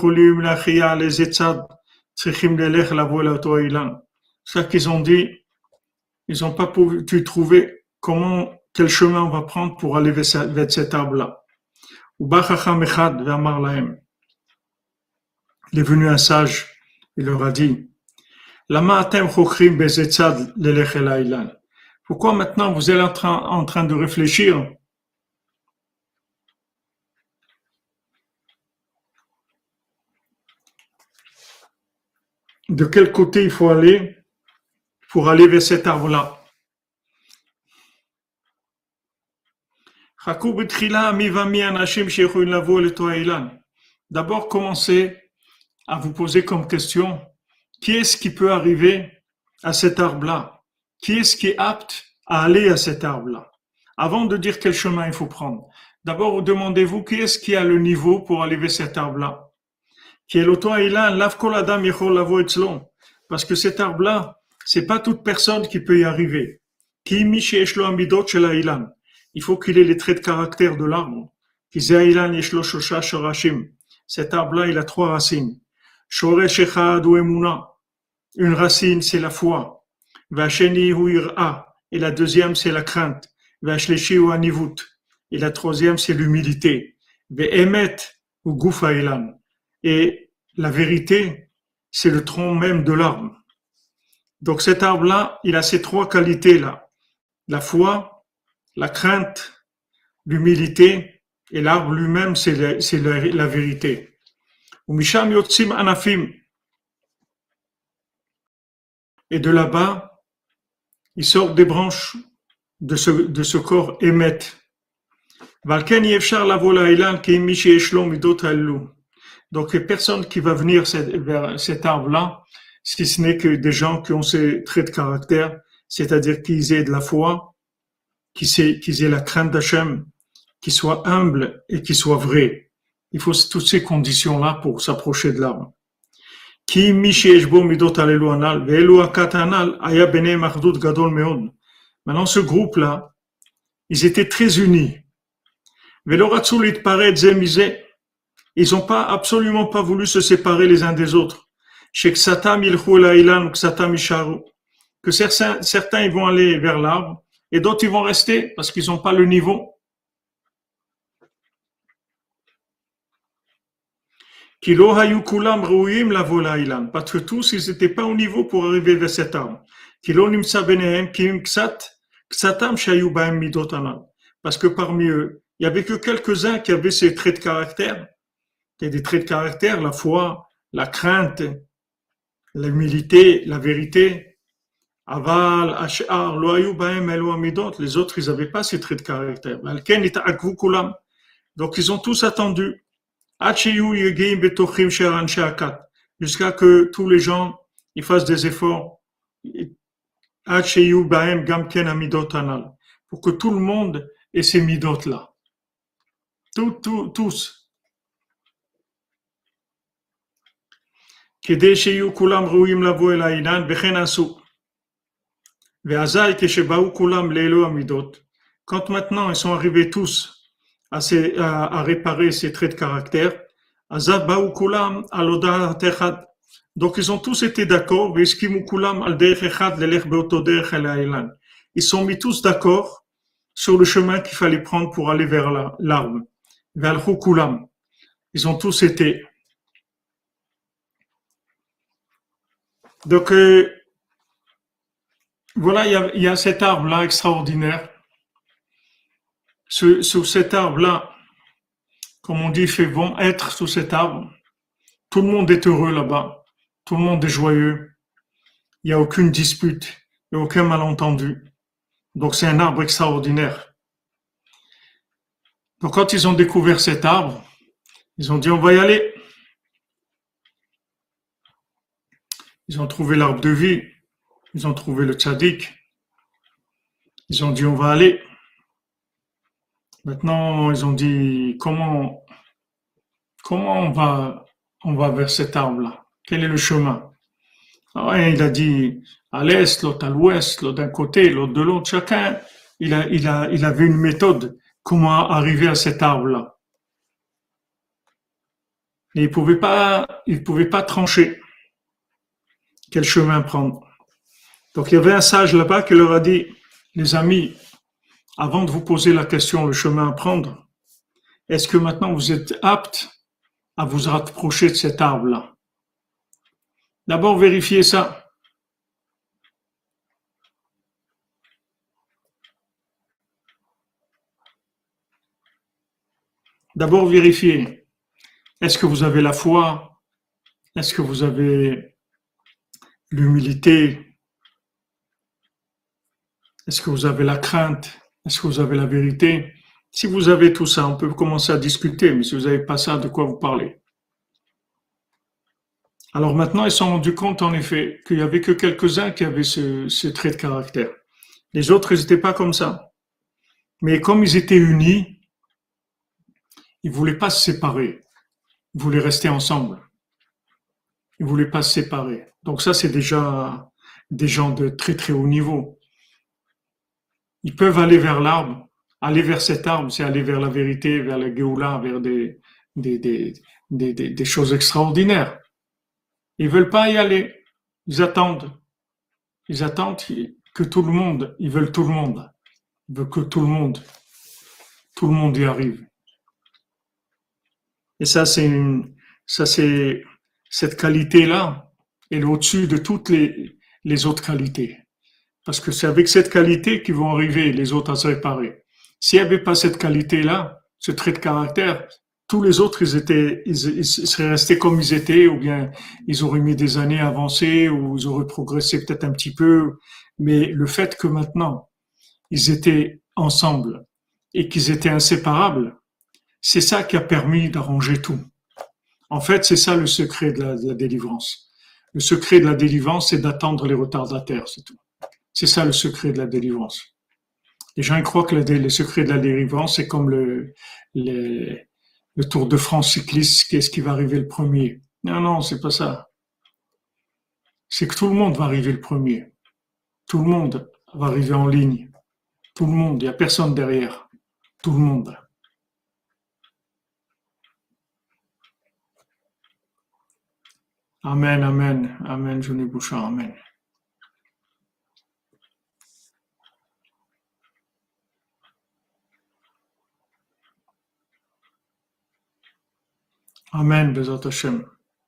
ça qu'ils ont dit. Ils n'ont pas pu trouver quel chemin on va prendre pour aller vers cet arbre-là. Il est venu un sage. Il leur a dit pourquoi maintenant vous êtes en train de réfléchir de quel côté il faut aller pour aller vers cet arbre-là? D'abord, commencez à vous poser comme question, qui est-ce qui peut arriver à cet arbre-là? Qui est-ce qui est apte à aller à cet arbre-là? Avant de dire quel chemin il faut prendre, d'abord vous demandez-vous qui est-ce qui a le niveau pour aller vers cet arbre-là? Parce que cet arbre-là, c'est pas toute personne qui peut y arriver. Il faut qu'il ait les traits de caractère de l'arbre. Cet arbre-là, il a 3 racines. Une racine, c'est la foi. Et la deuxième, c'est la crainte. Et la troisième, c'est l'humilité. Et la vérité, c'est le tronc même de l'arbre. Donc cet arbre-là, il a ces 3 qualités-là. La foi, la crainte, l'humilité, et l'arbre lui-même, c'est la vérité. Et de là-bas, il sort des branches de ce corps émettent. Donc, il n'y a personne qui va venir vers cet arbre-là, si ce n'est que des gens qui ont ces traits de caractère, c'est-à-dire qu'ils aient de la foi, qu'ils aient la crainte d'Hachem, qu'ils soient humbles et qu'ils soient vrais. Il faut toutes ces conditions-là pour s'approcher de l'arbre. Maintenant, ce groupe-là, ils étaient très unis. Ils n'ont absolument pas voulu se séparer les uns des autres. Que certains ils vont aller vers l'arbre et d'autres ils vont rester parce qu'ils n'ont pas le niveau. Parce que tous ils n'étaient pas au niveau pour arriver vers cet arbre. Parce que parmi eux, il n'y avait que quelques-uns qui avaient ces traits de caractère. Il y a des traits de caractère, la foi, la crainte, l'humilité, la vérité. Aval, Ash'ar, Loayu, Baem, Elo, Amidot. Les autres, ils n'avaient pas ces traits de caractère. Donc, ils ont tous attendu. Jusqu'à que tous les gens ils fassent des efforts. Pour que tout le monde ait ces midot-là. Tous. כדי שיהיו כולם ראויים לבוא אל העניין, וכן עשו. ואזי כשבאו כולם לאלו המידות, quand maintenant ils sont arrivés tous à réparer ces traits de caractère, אז באו כולם על הודעת אחד. Donc ils ont tous été d'accord. Ils sont mis tous d'accord sur le chemin qu'il fallait prendre pour aller vers l'arbre. Vers le Kulam. Ils ont tous été. Donc voilà, il y a cet arbre-là extraordinaire. Sous cet arbre-là, comme on dit, il fait bon être sous cet arbre. Tout le monde est heureux là-bas. Tout le monde est joyeux. Il n'y a aucune dispute. Il n'y a aucun malentendu. Donc c'est un arbre extraordinaire. Donc quand ils ont découvert cet arbre, ils ont dit on va y aller. Ils ont trouvé l'arbre de vie. Ils ont trouvé le tzaddik. Ils ont dit on va aller. Maintenant, ils ont dit comment on va vers cet arbre-là? Quel est le chemin? Alors, il a dit à l'est, l'autre à l'ouest, l'autre d'un côté, l'autre de l'autre. Chacun, il avait une méthode comment arriver à cet arbre-là. Et il pouvait pas trancher quel chemin prendre. Donc il y avait un sage là-bas qui leur a dit, les amis, avant de vous poser la question, le chemin à prendre, est-ce que maintenant vous êtes aptes à vous rapprocher de cet arbre-là? D'abord, vérifiez ça. D'abord, vérifiez. Est-ce que vous avez la foi? Est-ce que vous avez l'humilité? Est-ce que vous avez la crainte? Est-ce que vous avez la vérité? Si vous avez tout ça, on peut commencer à discuter, mais si vous n'avez pas ça, de quoi vous parlez? Alors maintenant, ils se sont rendus compte, en effet, qu'il n'y avait que quelques-uns qui avaient ce trait de caractère. Les autres, ils n'étaient pas comme ça. Mais comme ils étaient unis, ils ne voulaient pas se séparer. Ils voulaient rester ensemble. Ils ne voulaient pas se séparer. Donc ça, c'est déjà des gens de très très haut niveau. Ils peuvent aller vers l'arbre. Aller vers cet arbre, c'est aller vers la vérité, vers la Géoula, vers des, des, des choses extraordinaires. Ils veulent pas y aller. Ils attendent. Ils attendent que tout le monde, ils veulent tout le monde. Ils veulent que tout le monde y arrive. Et ça, cette qualité-là, elle est au-dessus de toutes les autres qualités. Parce que c'est avec cette qualité qu'ils vont arriver les autres à se réparer. S'il n'y avait pas cette qualité-là, ce trait de caractère, tous les autres, ils seraient restés comme ils étaient, ou bien ils auraient mis des années à avancer, ou ils auraient progressé peut-être un petit peu. Mais le fait que maintenant, ils étaient ensemble et qu'ils étaient inséparables, c'est ça qui a permis d'arranger tout. En fait, c'est ça le secret de la délivrance. Le secret de la délivrance, c'est d'attendre les retardataires, c'est tout. C'est ça le secret de la délivrance. Les gens ils croient que le secret de la délivrance, c'est comme le Tour de France cycliste, qu'est-ce qui va arriver le premier? Non, non, c'est pas ça. C'est que tout le monde va arriver le premier. Tout le monde va arriver en ligne. Tout le monde, il n'y a personne derrière. Tout le monde. Amen, amen, amen, Johnny Bouchard, amen. Amen, Bezat Hashem.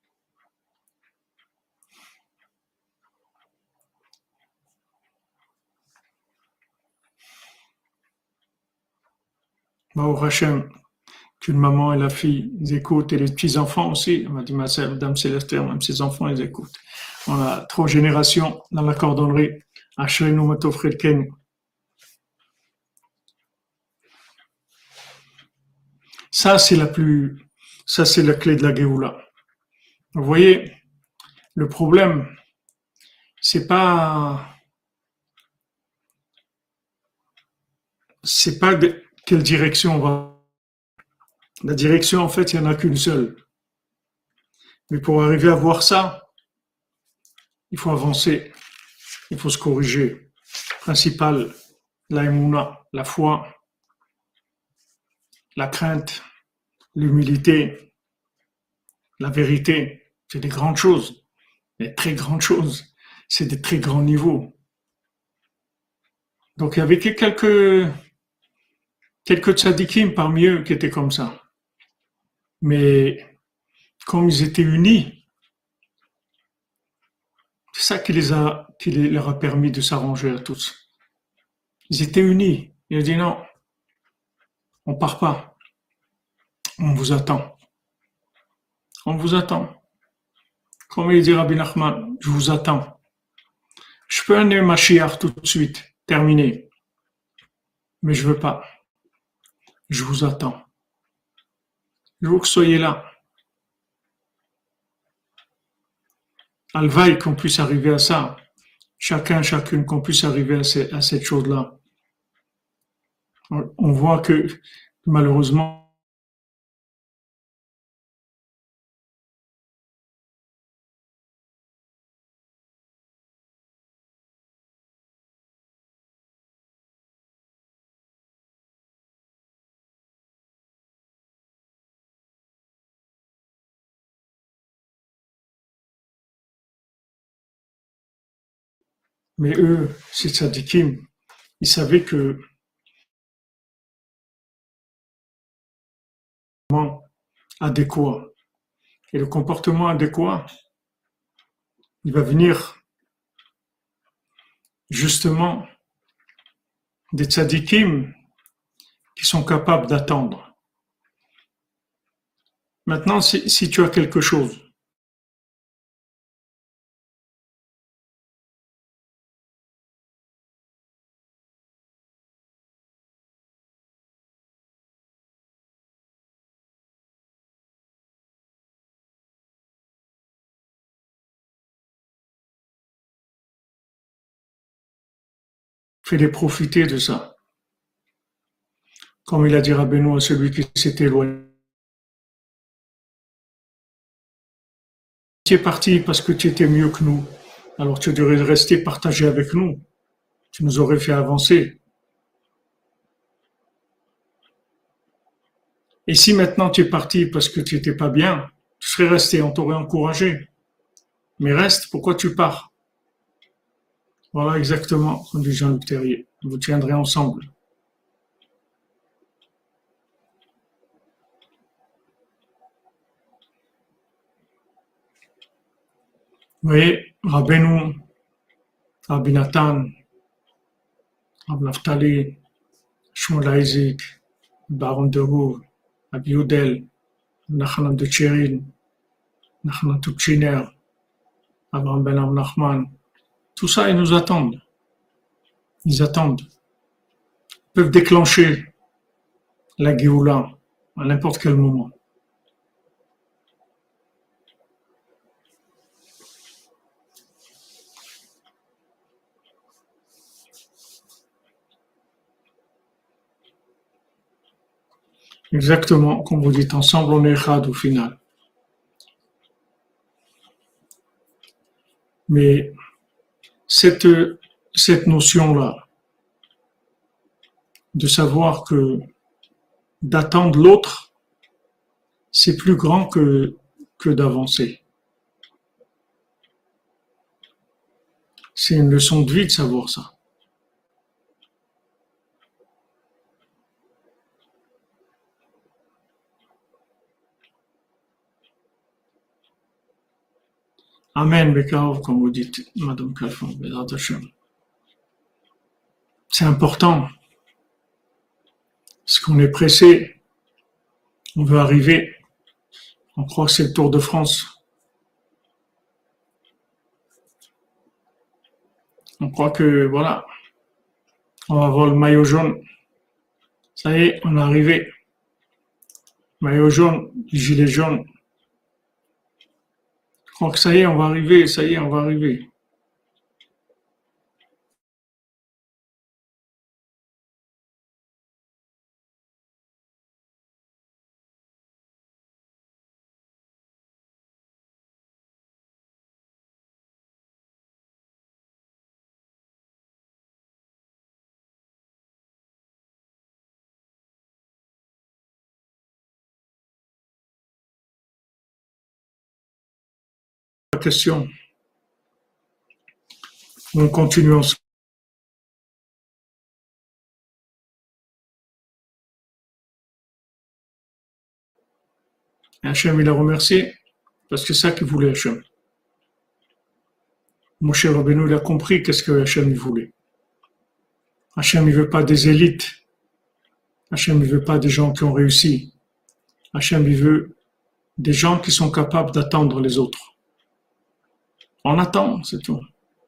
Baruch Hashem, qu'une maman et la fille ils écoutent, et les petits-enfants aussi. Elle m'a dit, ma sœur, Dame Célestère, même ses enfants, ils écoutent. On a 3 générations dans la cordonnerie. Ashrenu Matov Chelkenu. Ça, c'est la clé de la Géoula. Vous voyez, le problème, c'est pas quelle direction on va. La direction, en fait, il n'y en a qu'une seule. Mais pour arriver à voir ça, il faut avancer, il faut se corriger. Principal, la émouna, la foi, la crainte, l'humilité, la vérité, c'est des grandes choses. les très grandes choses. C'est des très grands niveaux. Donc il y avait que quelques tzadikim parmi eux qui étaient comme ça. Mais comme ils étaient unis, c'est ça qui leur a permis de s'arranger à tous. Ils étaient unis. Ils ont dit non, on part pas. On vous attend. On vous attend. Comme il dit Rabbi Nachman, je vous attends. Je peux amener Mashiach tout de suite, terminé. Mais je veux pas. Je vous attends. Je veux que vous soyez là. Alvaï qu'on puisse arriver à ça. Chacune, qu'on puisse arriver à cette chose-là. On voit que malheureusement, mais eux, ces tzadikim, ils savaient que adéquat. Et le comportement adéquat, il va venir justement des tzadikim qui sont capables d'attendre. Maintenant, si tu as quelque chose, fais-les profiter de ça. Comme il a dit Rabbeinu à celui qui s'est éloigné. Tu es parti parce que tu étais mieux que nous. Alors tu devrais rester partagé avec nous. Tu nous aurais fait avancer. Et si maintenant tu es parti parce que tu n'étais pas bien, tu serais resté, on t'aurait encouragé. Mais reste, pourquoi tu pars? Voilà exactement, comme dit Jean-Luc Terrier. Vous tiendrez ensemble. Vous voyez, Rabbeinu, Rabbi Nathan, Rabbi Naftali, Shmuel Isaac, Baron de Roure, Rabbi Yudel, Nachman de Tcherin, Nachman Tukchiner, Abraham Ben Nachman, tout ça, ils nous attendent. Ils attendent. Ils peuvent déclencher la Géoula à n'importe quel moment. Exactement, comme vous dites, ensemble on est Chad au final. Mais cette, cette notion-là, de savoir que d'attendre l'autre, c'est plus grand que d'avancer. C'est une leçon de vie de savoir ça. Amen, Bekaov, comme vous dites, Madame Kalfon, c'est important, parce qu'on est pressé, on veut arriver, on croit que c'est le Tour de France, on croit que, voilà, on va avoir le maillot jaune, ça y est, on est arrivé, maillot jaune, gilet jaune, je crois que ça y est, on va arriver, ça y est, on va arriver. La question, On continue ensemble. Hachem, il a remercié parce que c'est ça qu'il voulait, Hachem. Moshe Rabbeinu, il a compris qu'est-ce que Hachem il voulait. Hachem, il veut pas des élites. Hachem, il veut pas des gens qui ont réussi. Hachem, il veut des gens qui sont capables d'attendre les autres. On attend, c'est tout.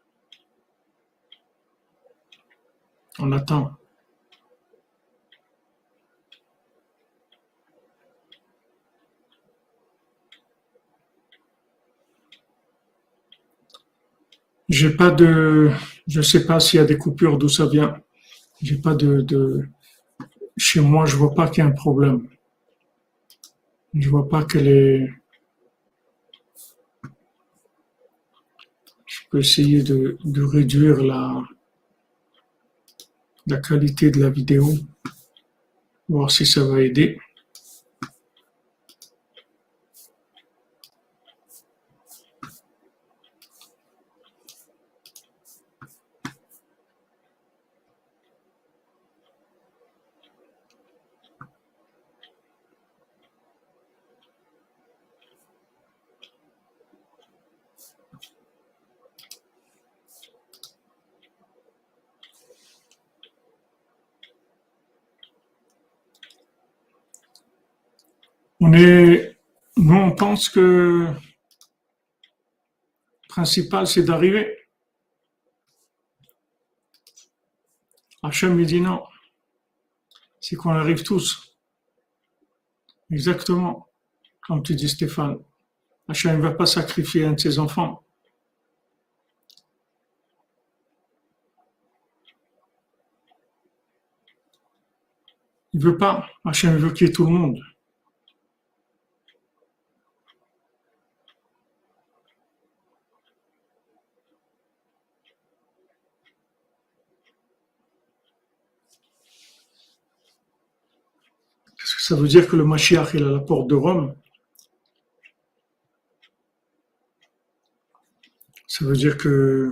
On attend. J'ai pas de, je sais pas s'il y a des coupures, d'où ça vient. J'ai pas chez moi, je vois pas qu'il y a un problème. Je vois pas que je peux essayer de réduire la qualité de la vidéo, voir si ça va aider. Nous, on pense que le principal, c'est d'arriver. Hachem, il dit non. C'est qu'on arrive tous. Exactement. Comme tu dis, Stéphane. Hachem ne va pas sacrifier un de ses enfants. Il veut pas. Hachem veut qu'il y ait tout le monde. Parce que ça veut dire que le Mashiach, il est à la porte de Rome. Ça veut dire que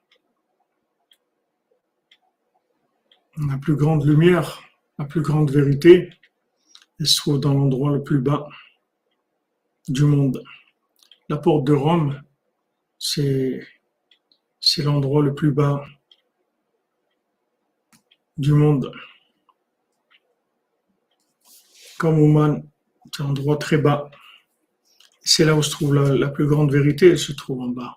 la plus grande lumière, la plus grande vérité, elle se trouve dans l'endroit le plus bas du monde. La porte de Rome, c'est l'endroit le plus bas du monde. Comme Ouman, c'est un endroit très bas. C'est là où se trouve la plus grande vérité, elle se trouve en bas.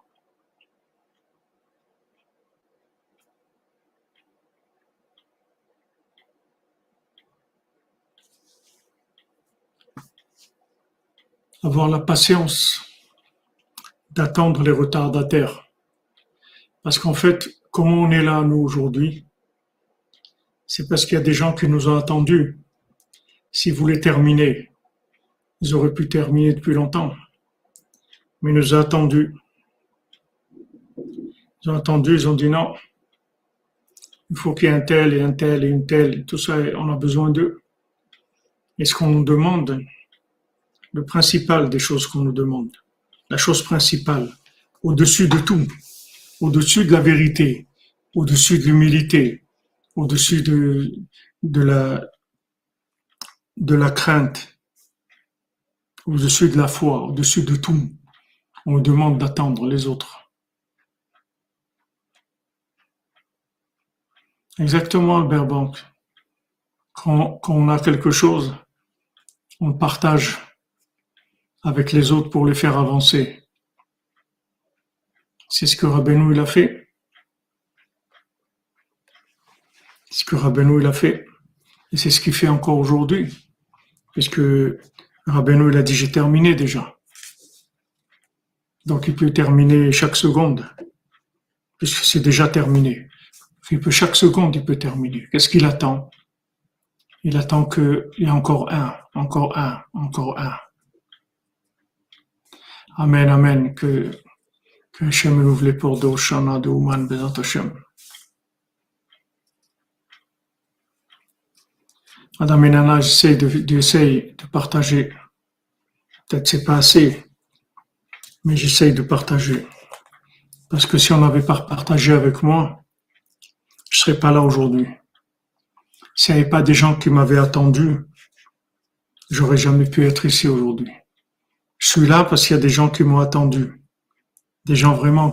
Avoir la patience d'attendre les retardataires. Parce qu'en fait, comment on est là, nous, aujourd'hui, c'est parce qu'il y a des gens qui nous ont attendus. S'ils voulaient terminer, ils auraient pu terminer depuis longtemps. Mais ils nous ont attendus. Ils ont attendu, ils ont dit non. Il faut qu'il y ait un tel et un tel et une telle. Tout ça, on a besoin d'eux. Et ce qu'on nous demande, le principal des choses qu'on nous demande, la chose principale, au-dessus de tout, au-dessus de la vérité, au-dessus de l'humilité, au-dessus de la crainte, au-dessus de la foi, au-dessus de tout, on nous demande d'attendre les autres. Exactement, Albert Bank. Quand on a quelque chose, on le partage avec les autres pour les faire avancer. C'est ce que Rabbeinu il a fait. C'est ce que Rabbeinu il a fait. Et c'est ce qu'il fait encore aujourd'hui. Puisque Rabbeinu il a dit j'ai terminé déjà. Donc il peut terminer chaque seconde. Puisque c'est déjà terminé. Chaque seconde il peut terminer. Qu'est-ce qu'il attend? Il attend qu'il y ait encore un, encore un, encore un. Amen, amen. Que Hachem ouvre les portes de Hoshana, de Ouman, Bezat Hashem. Madame et Nana, j'essaie de partager. Peut-être c'est pas assez, mais j'essaie de partager. Parce que si on n'avait pas partagé avec moi, je serais pas là aujourd'hui. S'il n'y avait pas des gens qui m'avaient attendu, j'aurais jamais pu être ici aujourd'hui. Je suis là parce qu'il y a des gens qui m'ont attendu. Des gens vraiment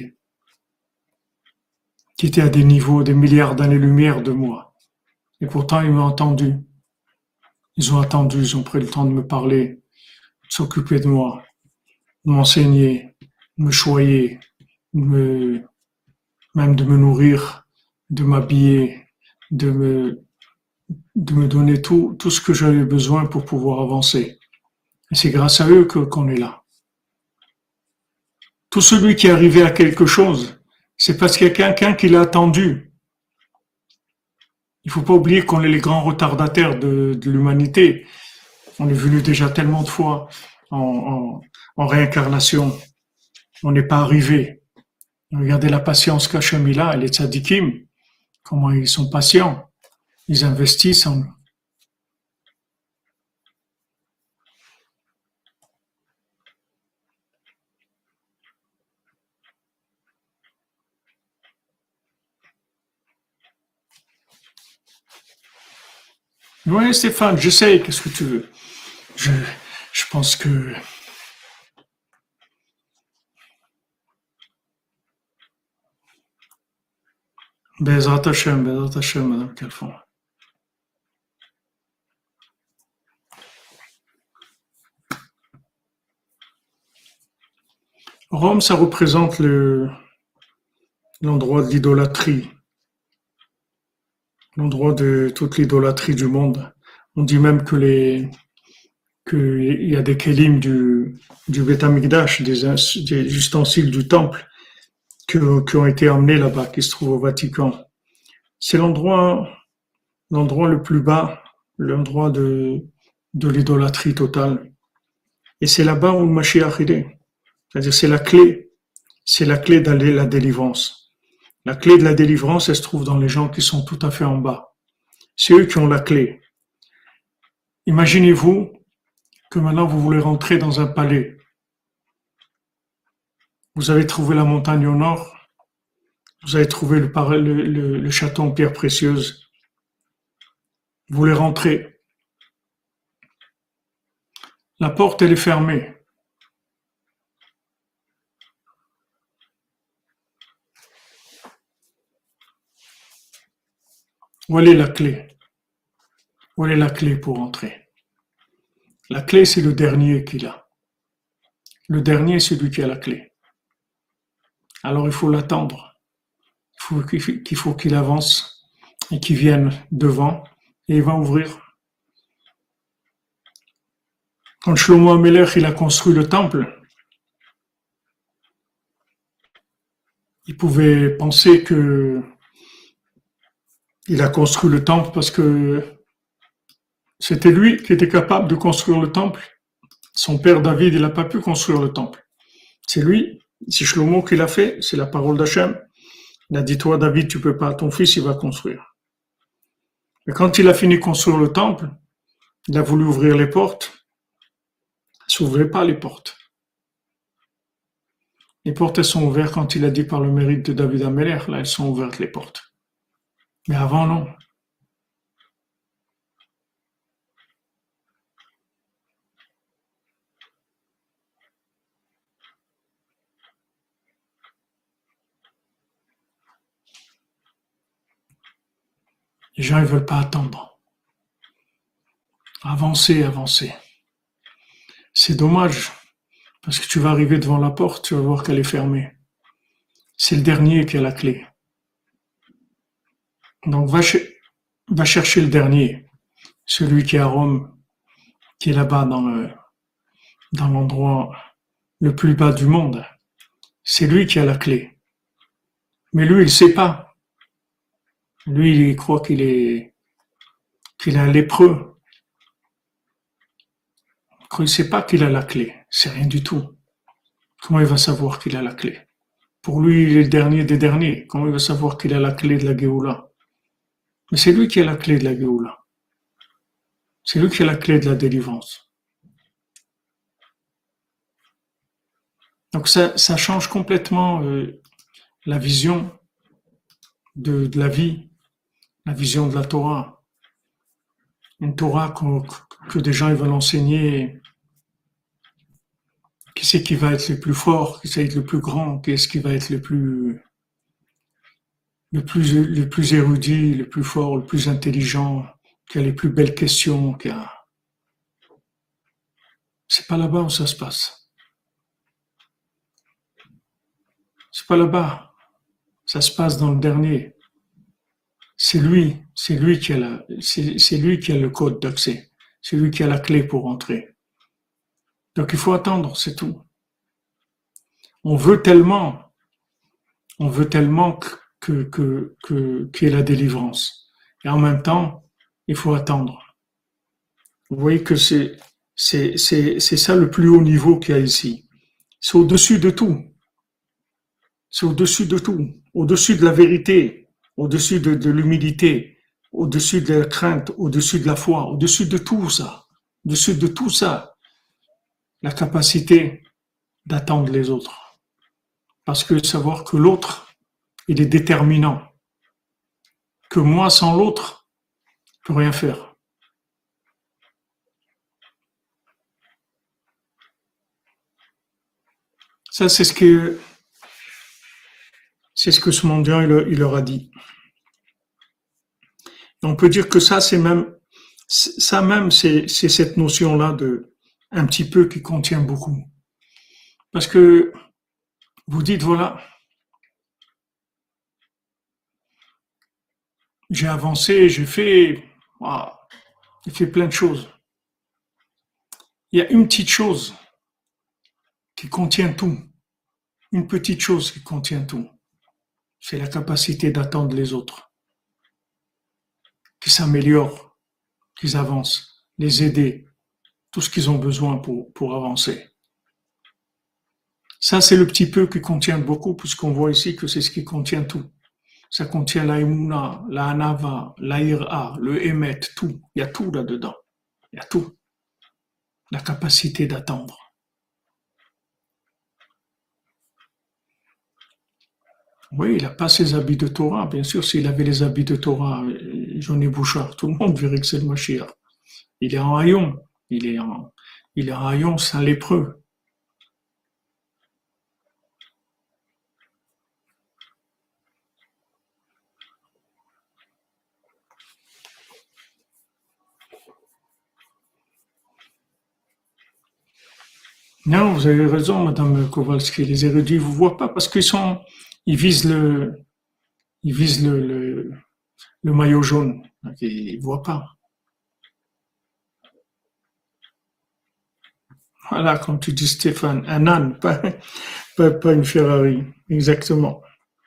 qui étaient à des niveaux, des milliards d'années-lumière de moi. Et pourtant, ils m'ont attendu. Ils ont attendu, ils ont pris le temps de me parler, de s'occuper de moi, de m'enseigner, de me choyer, me, même de me nourrir, de m'habiller, de me, de me donner tout ce que j'avais besoin pour pouvoir avancer. Et c'est grâce à eux qu'on est là. Tout celui qui est arrivé à quelque chose, c'est parce qu'il y a quelqu'un qui l'a attendu. Il ne faut pas oublier qu'on est les grands retardataires de l'humanité. On est venu déjà tellement de fois en réincarnation. On n'est pas arrivé. Regardez la patience qu'Hachem a, et les tzadikim, comment ils sont patients. Ils investissent en nous. Oui, Stéphane, je sais, qu'est-ce que tu veux. Je, je pense que Bezrat Hashem, Madame Calfon. Rome, ça représente l'endroit de l'idolâtrie, l'endroit de toute l'idolâtrie du monde. On dit même qu'il y a des kélim du Beth Amikdash, des ustensiles du temple, qui ont été emmenés là-bas, qui se trouvent au Vatican. C'est l'endroit le plus bas, l'endroit de l'idolâtrie totale. Et c'est là-bas où le Mashiach est. C'est-à-dire, c'est la clé d'aller la délivrance. La clé de la délivrance, elle se trouve dans les gens qui sont tout à fait en bas. C'est eux qui ont la clé. Imaginez-vous que maintenant vous voulez rentrer dans un palais. Vous avez trouvé la montagne au nord, vous avez trouvé le château en pierre précieuse. Vous voulez rentrer. La porte, elle est fermée. Où est la clé? Où est la clé pour entrer? La clé, c'est le dernier qui l'a. Le dernier, c'est celui qui a la clé. Alors il faut l'attendre. Il faut qu'il avance et qu'il vienne devant et il va ouvrir. Quand Shlomo Amelech il a construit le temple, il pouvait penser que il a construit le temple parce que c'était lui qui était capable de construire le temple. Son père David, il n'a pas pu construire le temple. C'est lui, c'est Shlomo qui l'a fait, c'est la parole d'Hachem. Il a dit, toi David, tu peux pas, ton fils, il va construire. Mais quand il a fini de construire le temple, il a voulu ouvrir les portes. Il ne s'ouvrait pas les portes. Les portes, elles sont ouvertes quand il a dit par le mérite de David Amelech, là, elles sont ouvertes les portes. Mais avant, non. Les gens, ils veulent pas attendre. Avancer, avancer. C'est dommage, parce que tu vas arriver devant la porte, tu vas voir qu'elle est fermée. C'est le dernier qui a la clé. Donc va chercher le dernier, celui qui est à Rome, qui est là-bas dans l'endroit le plus bas du monde. C'est lui qui a la clé. Mais lui, il ne sait pas. Lui, il croit qu'il est un lépreux. Il ne sait pas qu'il a la clé. C'est rien du tout. Comment il va savoir qu'il a la clé? Pour lui, il est le dernier des derniers. Comment il va savoir qu'il a la clé de la Géoula? Mais c'est lui qui a la clé de la Géoula. C'est lui qui a la clé de la délivrance. Donc ça change complètement la vision de la vie, la vision de la Torah. Une Torah que des gens ils veulent enseigner. Qui c'est qui va être le plus fort, qui c'est le plus grand, qui est-ce qui va être le plus érudit, le plus fort, le plus intelligent, qui a les plus belles questions, qui a... C'est pas là-bas où ça se passe. C'est pas là-bas. Ça se passe dans le dernier. C'est lui qui a c'est lui qui a le code d'accès. C'est lui qui a la clé pour entrer. Donc il faut attendre, c'est tout. On veut tellement qu'il y ait la délivrance. Et en même temps, il faut attendre. Vous voyez que c'est ça le plus haut niveau qu'il y a ici. C'est au-dessus de tout. C'est au-dessus de tout. Au-dessus de la vérité, au-dessus de l'humilité, au-dessus de la crainte, au-dessus de la foi, au-dessus de tout ça. Au-dessus de tout ça, la capacité d'attendre les autres. Parce que savoir que l'autre, il est déterminant. Que moi, sans l'autre, je peux rien faire. Ça, c'est ce que ce mendiant il leur a dit. Et on peut dire que ça, c'est cette notion-là de un petit peu qui contient beaucoup. Parce que vous dites, voilà, j'ai avancé, j'ai fait plein de choses. Il y a une petite chose qui contient tout. Une petite chose qui contient tout. C'est la capacité d'attendre les autres. Qu'ils s'améliorent, qu'ils avancent, les aider, tout ce qu'ils ont besoin pour avancer. Ça, c'est le petit peu qui contient beaucoup, puisqu'on voit ici que c'est ce qui contient tout. Ça contient la Emouna, la Hanava, la Ira, le Emet, tout. Il y a tout là-dedans. Il y a tout. La capacité d'attendre. Oui, il n'a pas ses habits de Torah. Bien sûr, s'il avait les habits de Torah, Johnny Bouchard, tout le monde verrait que c'est le Mashiach. Il est en haillon. Il est en haillon, c'est un lépreux. Non, vous avez raison, Madame Kowalski. Les érudits, vous voient pas parce ils visent le maillot jaune. Donc, ils voient pas. Voilà, comme tu dis, Stéphane, un âne, pas une Ferrari. Exactement.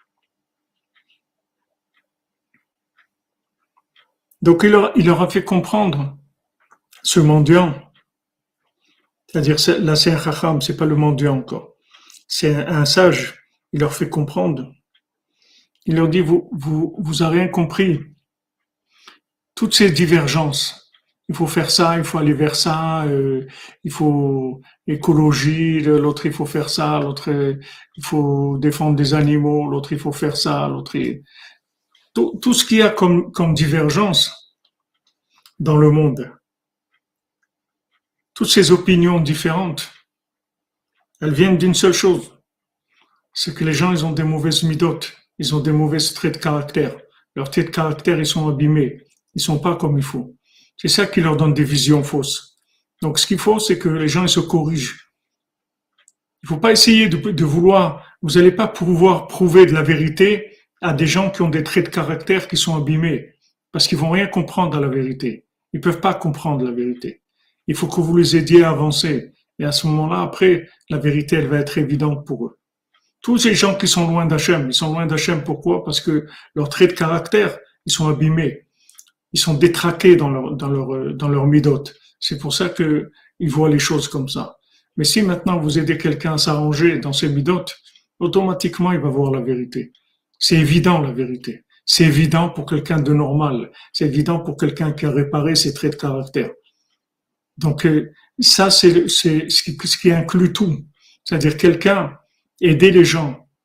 Donc, il leur a fait comprendre, ce mendiant, c'est-à-dire, là, c'est un chacham, c'est pas le mendiant encore. C'est un sage. Il leur fait comprendre. Il leur dit, vous avez rien compris. Toutes ces divergences. Il faut faire ça, il faut aller vers ça, il faut écologie, l'autre il faut faire ça, l'autre il faut défendre des animaux, l'autre il faut faire ça, tout ce qu'il y a comme divergence dans le monde, toutes ces opinions différentes, elles viennent d'une seule chose, c'est que les gens ils ont des mauvaises midotes, ils ont des mauvais traits de caractère, leurs traits de caractère ils sont abîmés, ils sont pas comme il faut. C'est ça qui leur donne des visions fausses. Donc, ce qu'il faut, c'est que les gens ils se corrigent. Il ne faut pas essayer de vouloir. Vous n'allez pas pouvoir prouver de la vérité à des gens qui ont des traits de caractère qui sont abîmés, parce qu'ils vont rien comprendre à la vérité. Ils peuvent pas comprendre la vérité. Il faut que vous les aidiez à avancer. Et à ce moment-là, après, la vérité, elle va être évidente pour eux. Tous ces gens qui sont loin d'Hachem, ils sont loin d'Hachem. Pourquoi? Parce que leurs traits de caractère, ils sont abîmés. Ils sont détraqués dans leur midote. C'est pour ça que ils voient les choses comme ça. Mais si maintenant vous aidez quelqu'un à s'arranger dans ses midotes, automatiquement il va voir la vérité. C'est évident la vérité. C'est évident pour quelqu'un de normal. C'est évident pour quelqu'un qui a réparé ses traits de caractère. Donc ça c'est ce qui inclut tout. C'est-à-dire quelqu'un aider les gens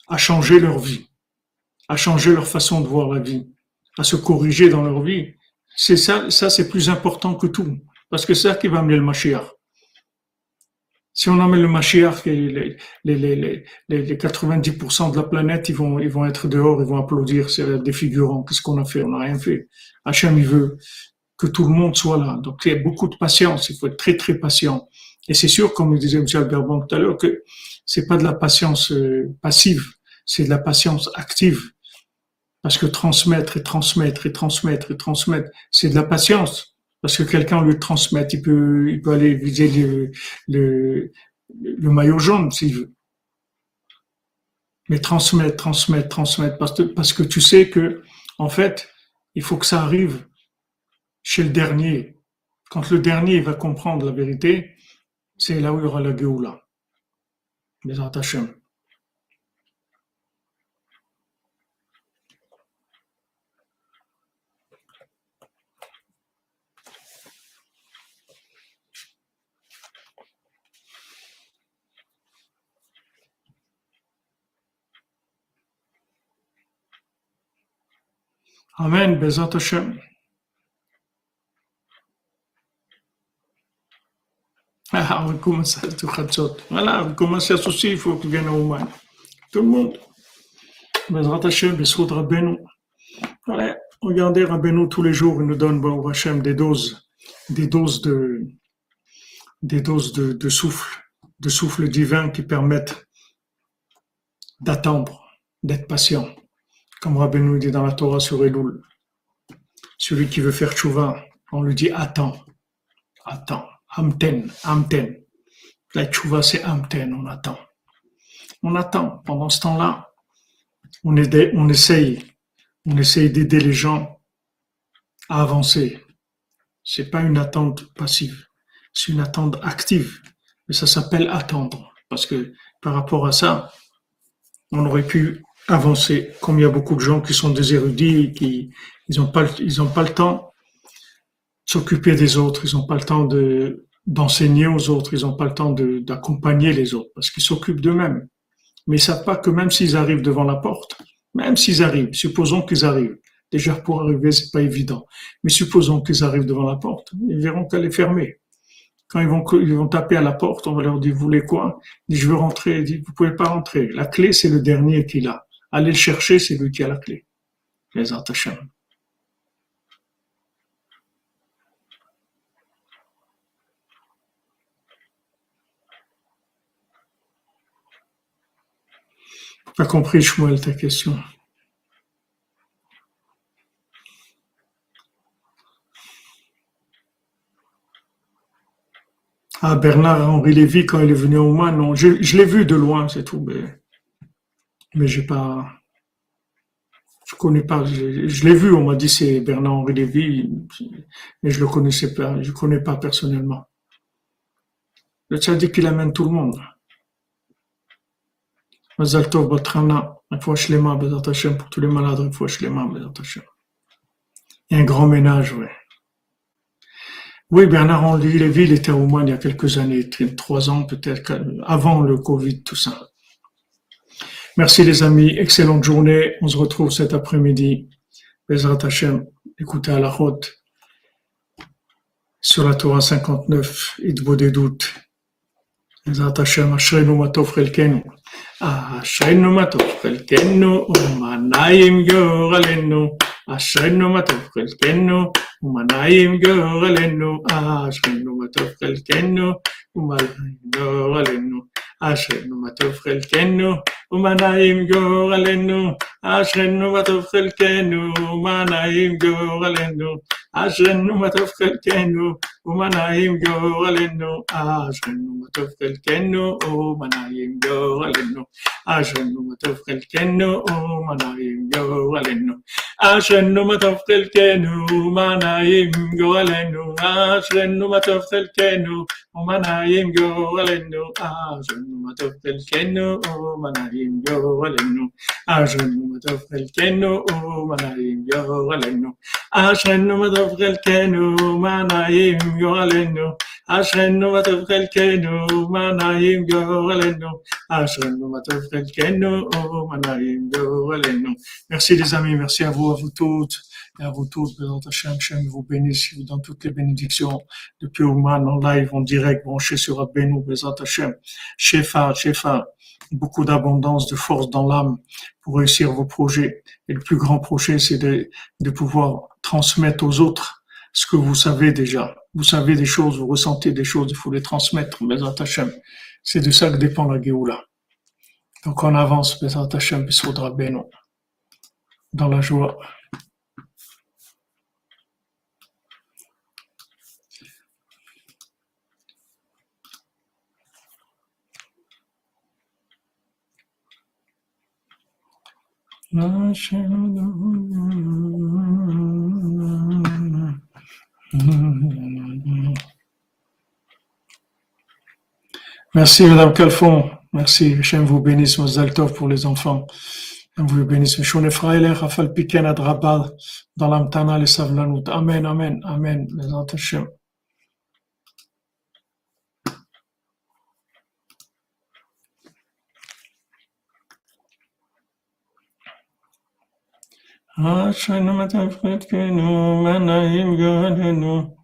à changer leur vie, à changer leur façon de voir la vie, à se corriger dans leur vie. C'est ça, c'est plus important que tout. Parce que c'est ça qui va amener le Mashiach. Si on emmène le Mashiach, les 90% de la planète, ils vont être dehors, ils vont applaudir, c'est des figurants. Qu'est-ce qu'on a fait? On n'a rien fait. Hachem, il veut que tout le monde soit là. Donc, il y a beaucoup de patience. Il faut être très, très patient. Et c'est sûr, comme le disait M. Albert Bon tout à l'heure, que c'est pas de la patience passive, c'est de la patience active. Parce que transmettre et transmettre et transmettre et transmettre, c'est de la patience. Parce que quelqu'un lui transmet, il peut aller viser le maillot jaune s'il veut. Mais transmettre, transmettre, transmettre, parce que tu sais que, en fait, il faut que ça arrive chez le dernier. Quand le dernier va comprendre la vérité, c'est là où il y aura la Géoula. Les Hashem. Amen, Bezat Hashem. Ah, on commence à tout Khatsot. Voilà, on commence à associer, il faut qu'il vienne au Ouman. Tout le monde. Bezat Hashem, Bessoud Rabbeinu. Voilà, regardez Rabbeinu tous les jours, il nous donne, bon, Hashem, des doses de souffle divin qui permettent d'attendre, d'être patient. Comme Rabbeinu dit dans la Torah sur Elul. Celui qui veut faire tchouva, on lui dit attends, attends, amten, amten. La tchouva c'est amten, on attend. On attend. Pendant ce temps-là, on essaye d'aider les gens à avancer. C'est pas une attente passive, c'est une attente active. Mais ça s'appelle attendre. Parce que par rapport à ça, on aurait pu avancer. Comme il y a beaucoup de gens qui sont des érudits, qui ils n'ont pas le temps de s'occuper des autres, ils n'ont pas le temps d'enseigner aux autres, ils n'ont pas le temps d'accompagner les autres, parce qu'ils s'occupent d'eux-mêmes. Mais ils ne savent pas que même s'ils arrivent devant la porte, même s'ils arrivent, supposons qu'ils arrivent. Déjà pour arriver, c'est pas évident. Mais supposons qu'ils arrivent devant la porte, ils verront qu'elle est fermée. Quand ils vont taper à la porte, on va leur dire, vous voulez quoi? Ils disent, je veux rentrer. Ils disent, vous pouvez pas rentrer. La clé, c'est le dernier qui l'a. Allez le chercher, c'est lui qui a la clé. Les attachants. Pas compris, Shmuel, ta question. Ah, Bernard-Henri Lévy, quand il est venu au Mans, non. Je l'ai vu de loin, c'est tout, mais j'ai pas, je connais pas, je l'ai vu, on m'a dit c'est Bernard-Henri Lévy, mais je le connaissais pas, je connais pas personnellement. Le tzaddik, il amène tout le monde. Mazal Tov Batrana, Refoua Shlema, Bezat Hashem, pour tous les malades, Refoua Shlema, Bezat Hashem. Il y a un grand ménage, ouais. Oui, Bernard-Henri Lévy, il était au Mans il y a quelques années, 3 ans peut-être, avant le Covid, tout ça. Merci les amis, excellente journée. On se retrouve cet après-midi. Bezrat Hashem, écoutez à la route sur la Torah 59, Idbo des doutes. Bezrat Hashem, Ashrenu Matov Chelkenu. Ashrenu Matov Chelkenu, Umanayim Yoralenu. Ashrenu Matov Chelkenu, Umanayim Yoralenu. Ashrenu Matov Chelkenu, Umanayim Yoralenu. Ashrenu Matov Chelkenu, Umanayim Goralenu, Ashrenu Matov Chelkenu, Umanayim Goralenu, Ashrenu Matov Chelkenu, Umanayim Goralenu, Ashrenu Matov Chelkenu, Umanayim Goralenu, Ashrenu Matov Chelkenu, Umanayim Goralenu, Ashrenu Matov Chelkenu, Umanayim Goralenu, Ashrenu Matov Chelkenu, Umanayim Goralenu, Ashrenu Matov Chelkenu, Umanayim Goralenu, Ashrenu Matov Chelkenu, Umanayim Goralenu, Ashrenu Matov Chelkenu, Umanayim Goralenu, אשרנו מה טוב חלקנו, מה נעים גורלנו, אשרנו מה טוב חלקנו, מה נעים גורלנו. Merci les amis, merci à vous toutes et à vous toutes. Bézant Hachem, Hachem vous bénisse, vous donne toutes les bénédictions depuis Ouman en live, en direct, branché sur Rabbeinu, Bézant Hachem. Shefa, beaucoup d'abondance, de force dans l'âme pour réussir vos projets. Et le plus grand projet, c'est de pouvoir transmettre aux autres ce que vous savez déjà. Vous savez des choses, vous ressentez des choses, il faut les transmettre, Bézant Hachem. C'est de ça que dépend la Géoula. Donc on avance, Bézant Hachem, Bissoud Rabbeinu, dans la joie. Merci Madame Calfon, merci, Hachem vous bénisse, Mazal Tov pour les enfants, Hachem vous bénisse, Meshone Fraïler, Rafal Piken Adrabad, dans l'Amtana, les Savlanout, Amen, Amen, Amen, Bézant Hachem. אשרנו מה טוב חלקנו, מה נעים גורלנו.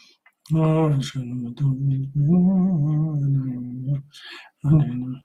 אשרנו מה טוב חלקנו, מה נעים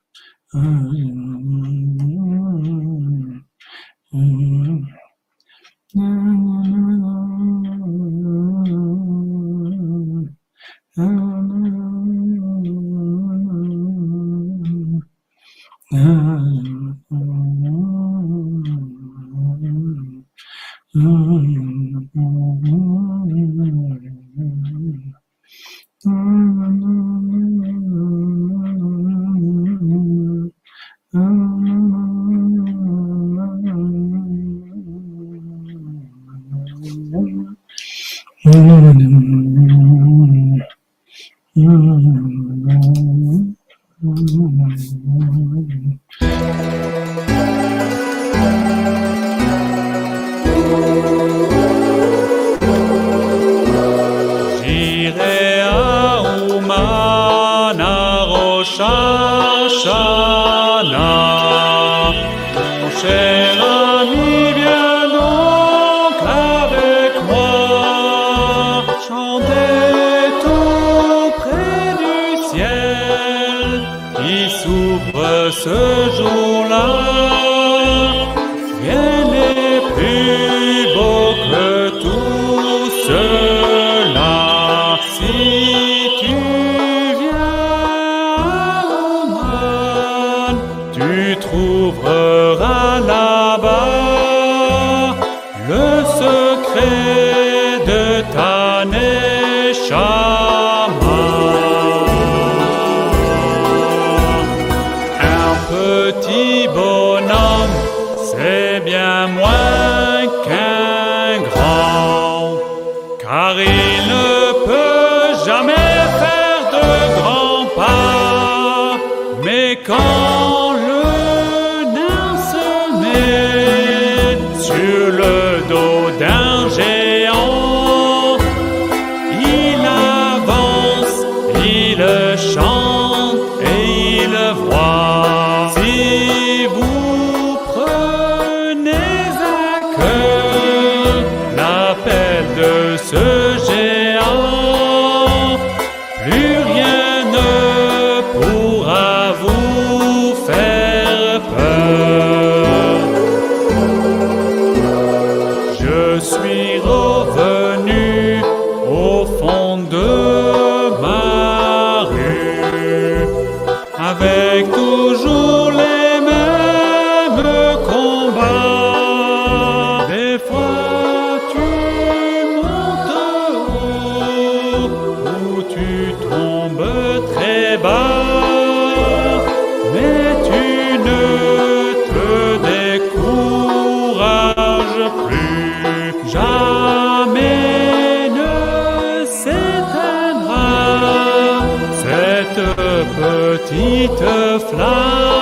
petite flamme.